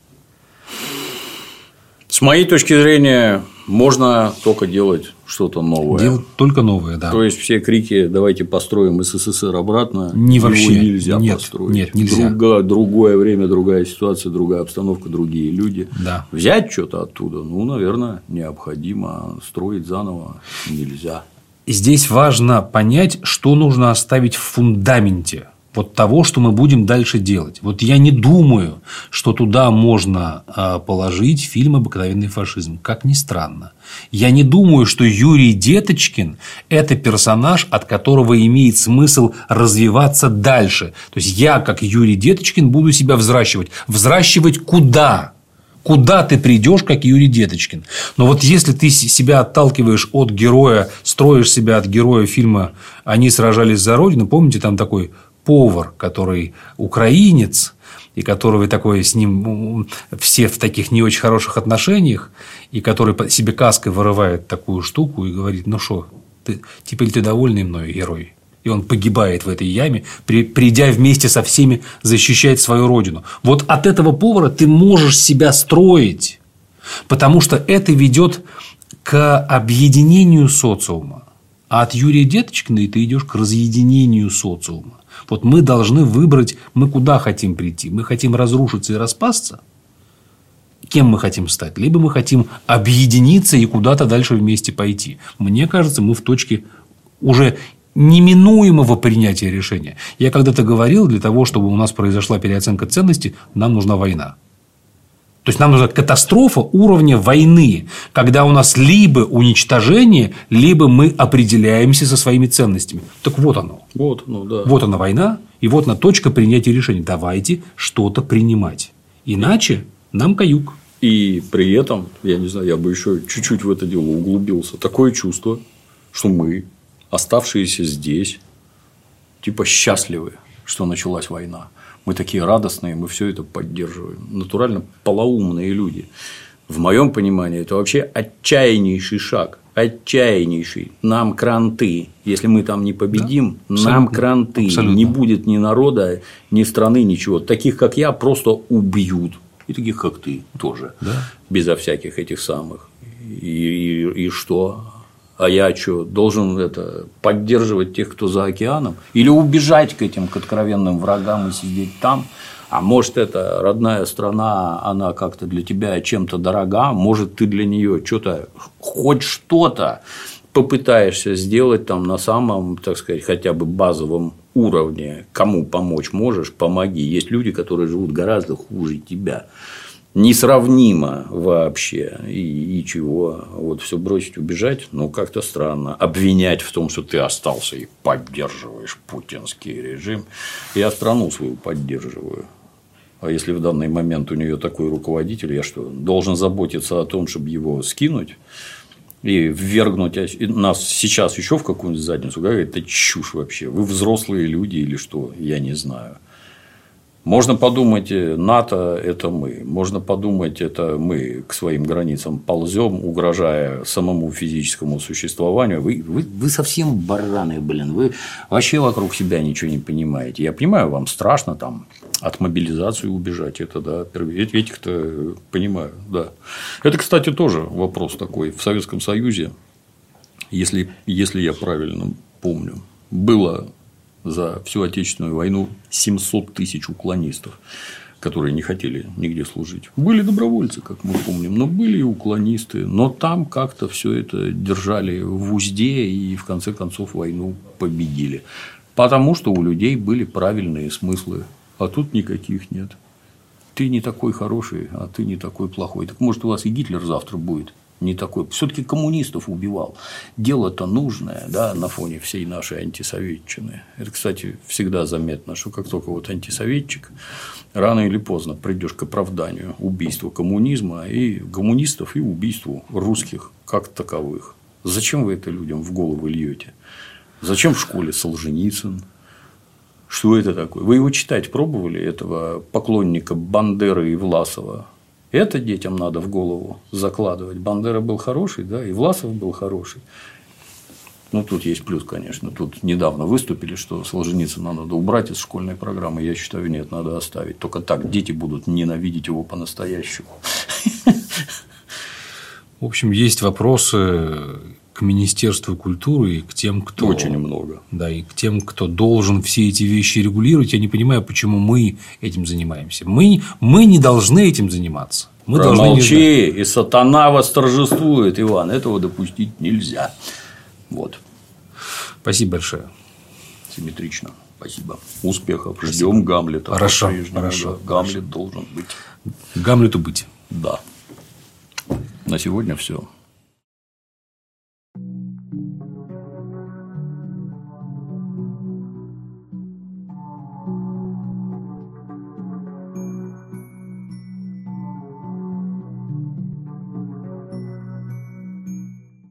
Speaker 1: С моей точки зрения, можно только делать что-то новое.
Speaker 2: Делать только новое, да.
Speaker 1: То есть все крики «давайте построим СССР обратно»
Speaker 2: его
Speaker 1: нельзя построить.
Speaker 2: Нет, нельзя.
Speaker 1: Другое время, другая ситуация, другая обстановка, другие люди.
Speaker 2: Да.
Speaker 1: Взять что-то оттуда, наверное, необходимо. Строить заново нельзя.
Speaker 2: Здесь важно понять, что нужно оставить в фундаменте вот того, что мы будем дальше делать. Вот я не думаю, что туда можно положить фильм «Обыкновенный фашизм», как ни странно. Я не думаю, что Юрий Деточкин – это персонаж, от которого имеет смысл развиваться дальше. То есть я, как Юрий Деточкин, буду себя взращивать. Взращивать куда? Куда ты придешь, как Юрий Деточкин? Но вот если ты себя отталкиваешь от героя, строишь себя от героя фильма «Они сражались за Родину», помните, там такой повар, который украинец, и который такой с ним все в таких не очень хороших отношениях, и который себе каской вырывает такую штуку и говорит: ну что, теперь ты довольный мною, герой? И он погибает в этой яме, придя вместе со всеми защищать свою родину. Вот от этого повара ты можешь себя строить, потому что это ведет к объединению социума. А от Юрия Деточкина ты идешь к разъединению социума. Вот мы должны выбрать, мы куда хотим прийти. Мы хотим разрушиться и распасться? Кем мы хотим стать? Либо мы хотим объединиться и куда-то дальше вместе пойти. Мне кажется, мы в точке уже неминуемого принятия решения. Я когда-то говорил, для того, чтобы у нас произошла переоценка ценностей, нам нужна война. То есть нам нужна катастрофа уровня войны, когда у нас либо уничтожение, либо мы определяемся со своими ценностями. Так вот оно.
Speaker 1: Вот оно, да.
Speaker 2: Вот она война, и вот она точка принятия решений. Давайте что-то принимать. Иначе нам каюк.
Speaker 1: И при этом, я не знаю, я бы еще чуть-чуть в это дело углубился. Такое чувство, что мы, оставшиеся здесь, типа счастливы, что началась война. Мы такие радостные, мы все это поддерживаем. Натурально полоумные люди. В моем понимании, это вообще отчаяннейший шаг. Отчаяннейший. Нам кранты. Если мы там не победим, да, нам кранты. Абсолютно. Не будет ни народа, ни страны, ничего. Таких, как я, просто убьют. И таких, как ты, тоже. Да. Безо всяких этих самых. И что? А я что, должен поддерживать тех, кто за океаном? Или убежать к этим, к откровенным врагам и сидеть там? А может, эта родная страна, она как-то для тебя чем-то дорога? Может, ты для нее что-то, хоть что-то попытаешься сделать там на самом, так сказать, хотя бы базовом уровне? Кому помочь можешь, помоги. Есть люди, которые живут гораздо хуже тебя. Несравнимо вообще. И чего? Вот все бросить, убежать, ну, как-то странно. Обвинять в том, что ты остался и поддерживаешь путинский режим. Я страну свою поддерживаю. А если в данный момент у нее такой руководитель, я что, должен заботиться о том, чтобы его скинуть и ввергнуть нас сейчас еще в какую-нибудь задницу? Это чушь вообще. Вы взрослые люди или что? Я не знаю. Можно подумать, НАТО – это мы. Можно подумать, это мы к своим границам ползем, угрожая самому физическому существованию. Вы совсем бараны, блин. Вы вообще вокруг себя ничего не понимаете. Я понимаю, вам страшно там от мобилизации убежать. Это да. Этих-то понимаю, да. Это, кстати, тоже вопрос такой. В Советском Союзе, если я правильно помню, было за всю Отечественную войну 700 тысяч уклонистов, которые не хотели нигде служить. Были добровольцы, как мы помним, но были и уклонисты. Но там как-то все это держали в узде и в конце концов войну победили. Потому что у людей были правильные смыслы, а тут никаких нет. Ты не такой хороший, а ты не такой плохой. Так может, у вас и Гитлер завтра будет не такой. Все-таки коммунистов убивал. Дело-то нужное, да, на фоне всей нашей антисоветчины. Это, кстати, всегда заметно, что как только вот антисоветчик, рано или поздно придешь к оправданию убийства коммунизма и коммунистов и убийству русских как таковых. Зачем вы это людям в голову льете? Зачем в школе Солженицын? Что это такое? Вы его читать пробовали, этого поклонника Бандеры и Власова? Это детям надо в голову закладывать. Бандера был хороший, да, и Власов был хороший. Ну, тут есть плюс, конечно. Тут недавно выступили, что Солженицына надо убрать из школьной программы. Я считаю, нет, надо оставить. Только так дети будут ненавидеть его по-настоящему.
Speaker 2: В общем, есть вопросы к Министерству культуры и к тем, кто…
Speaker 1: Очень много.
Speaker 2: Да, и к тем, кто должен все эти вещи регулировать. Я не понимаю, почему мы этим занимаемся. Мы не должны этим заниматься. Мы
Speaker 1: Промолчи, и сатана восторжествует, Иван. Этого допустить нельзя. Вот.
Speaker 2: Спасибо большое.
Speaker 1: Симметрично. Спасибо. Успехов. Ждем Гамлета.
Speaker 2: Хорошо.
Speaker 1: Да. Гамлет должен быть.
Speaker 2: Гамлету быть.
Speaker 1: Да. На сегодня все.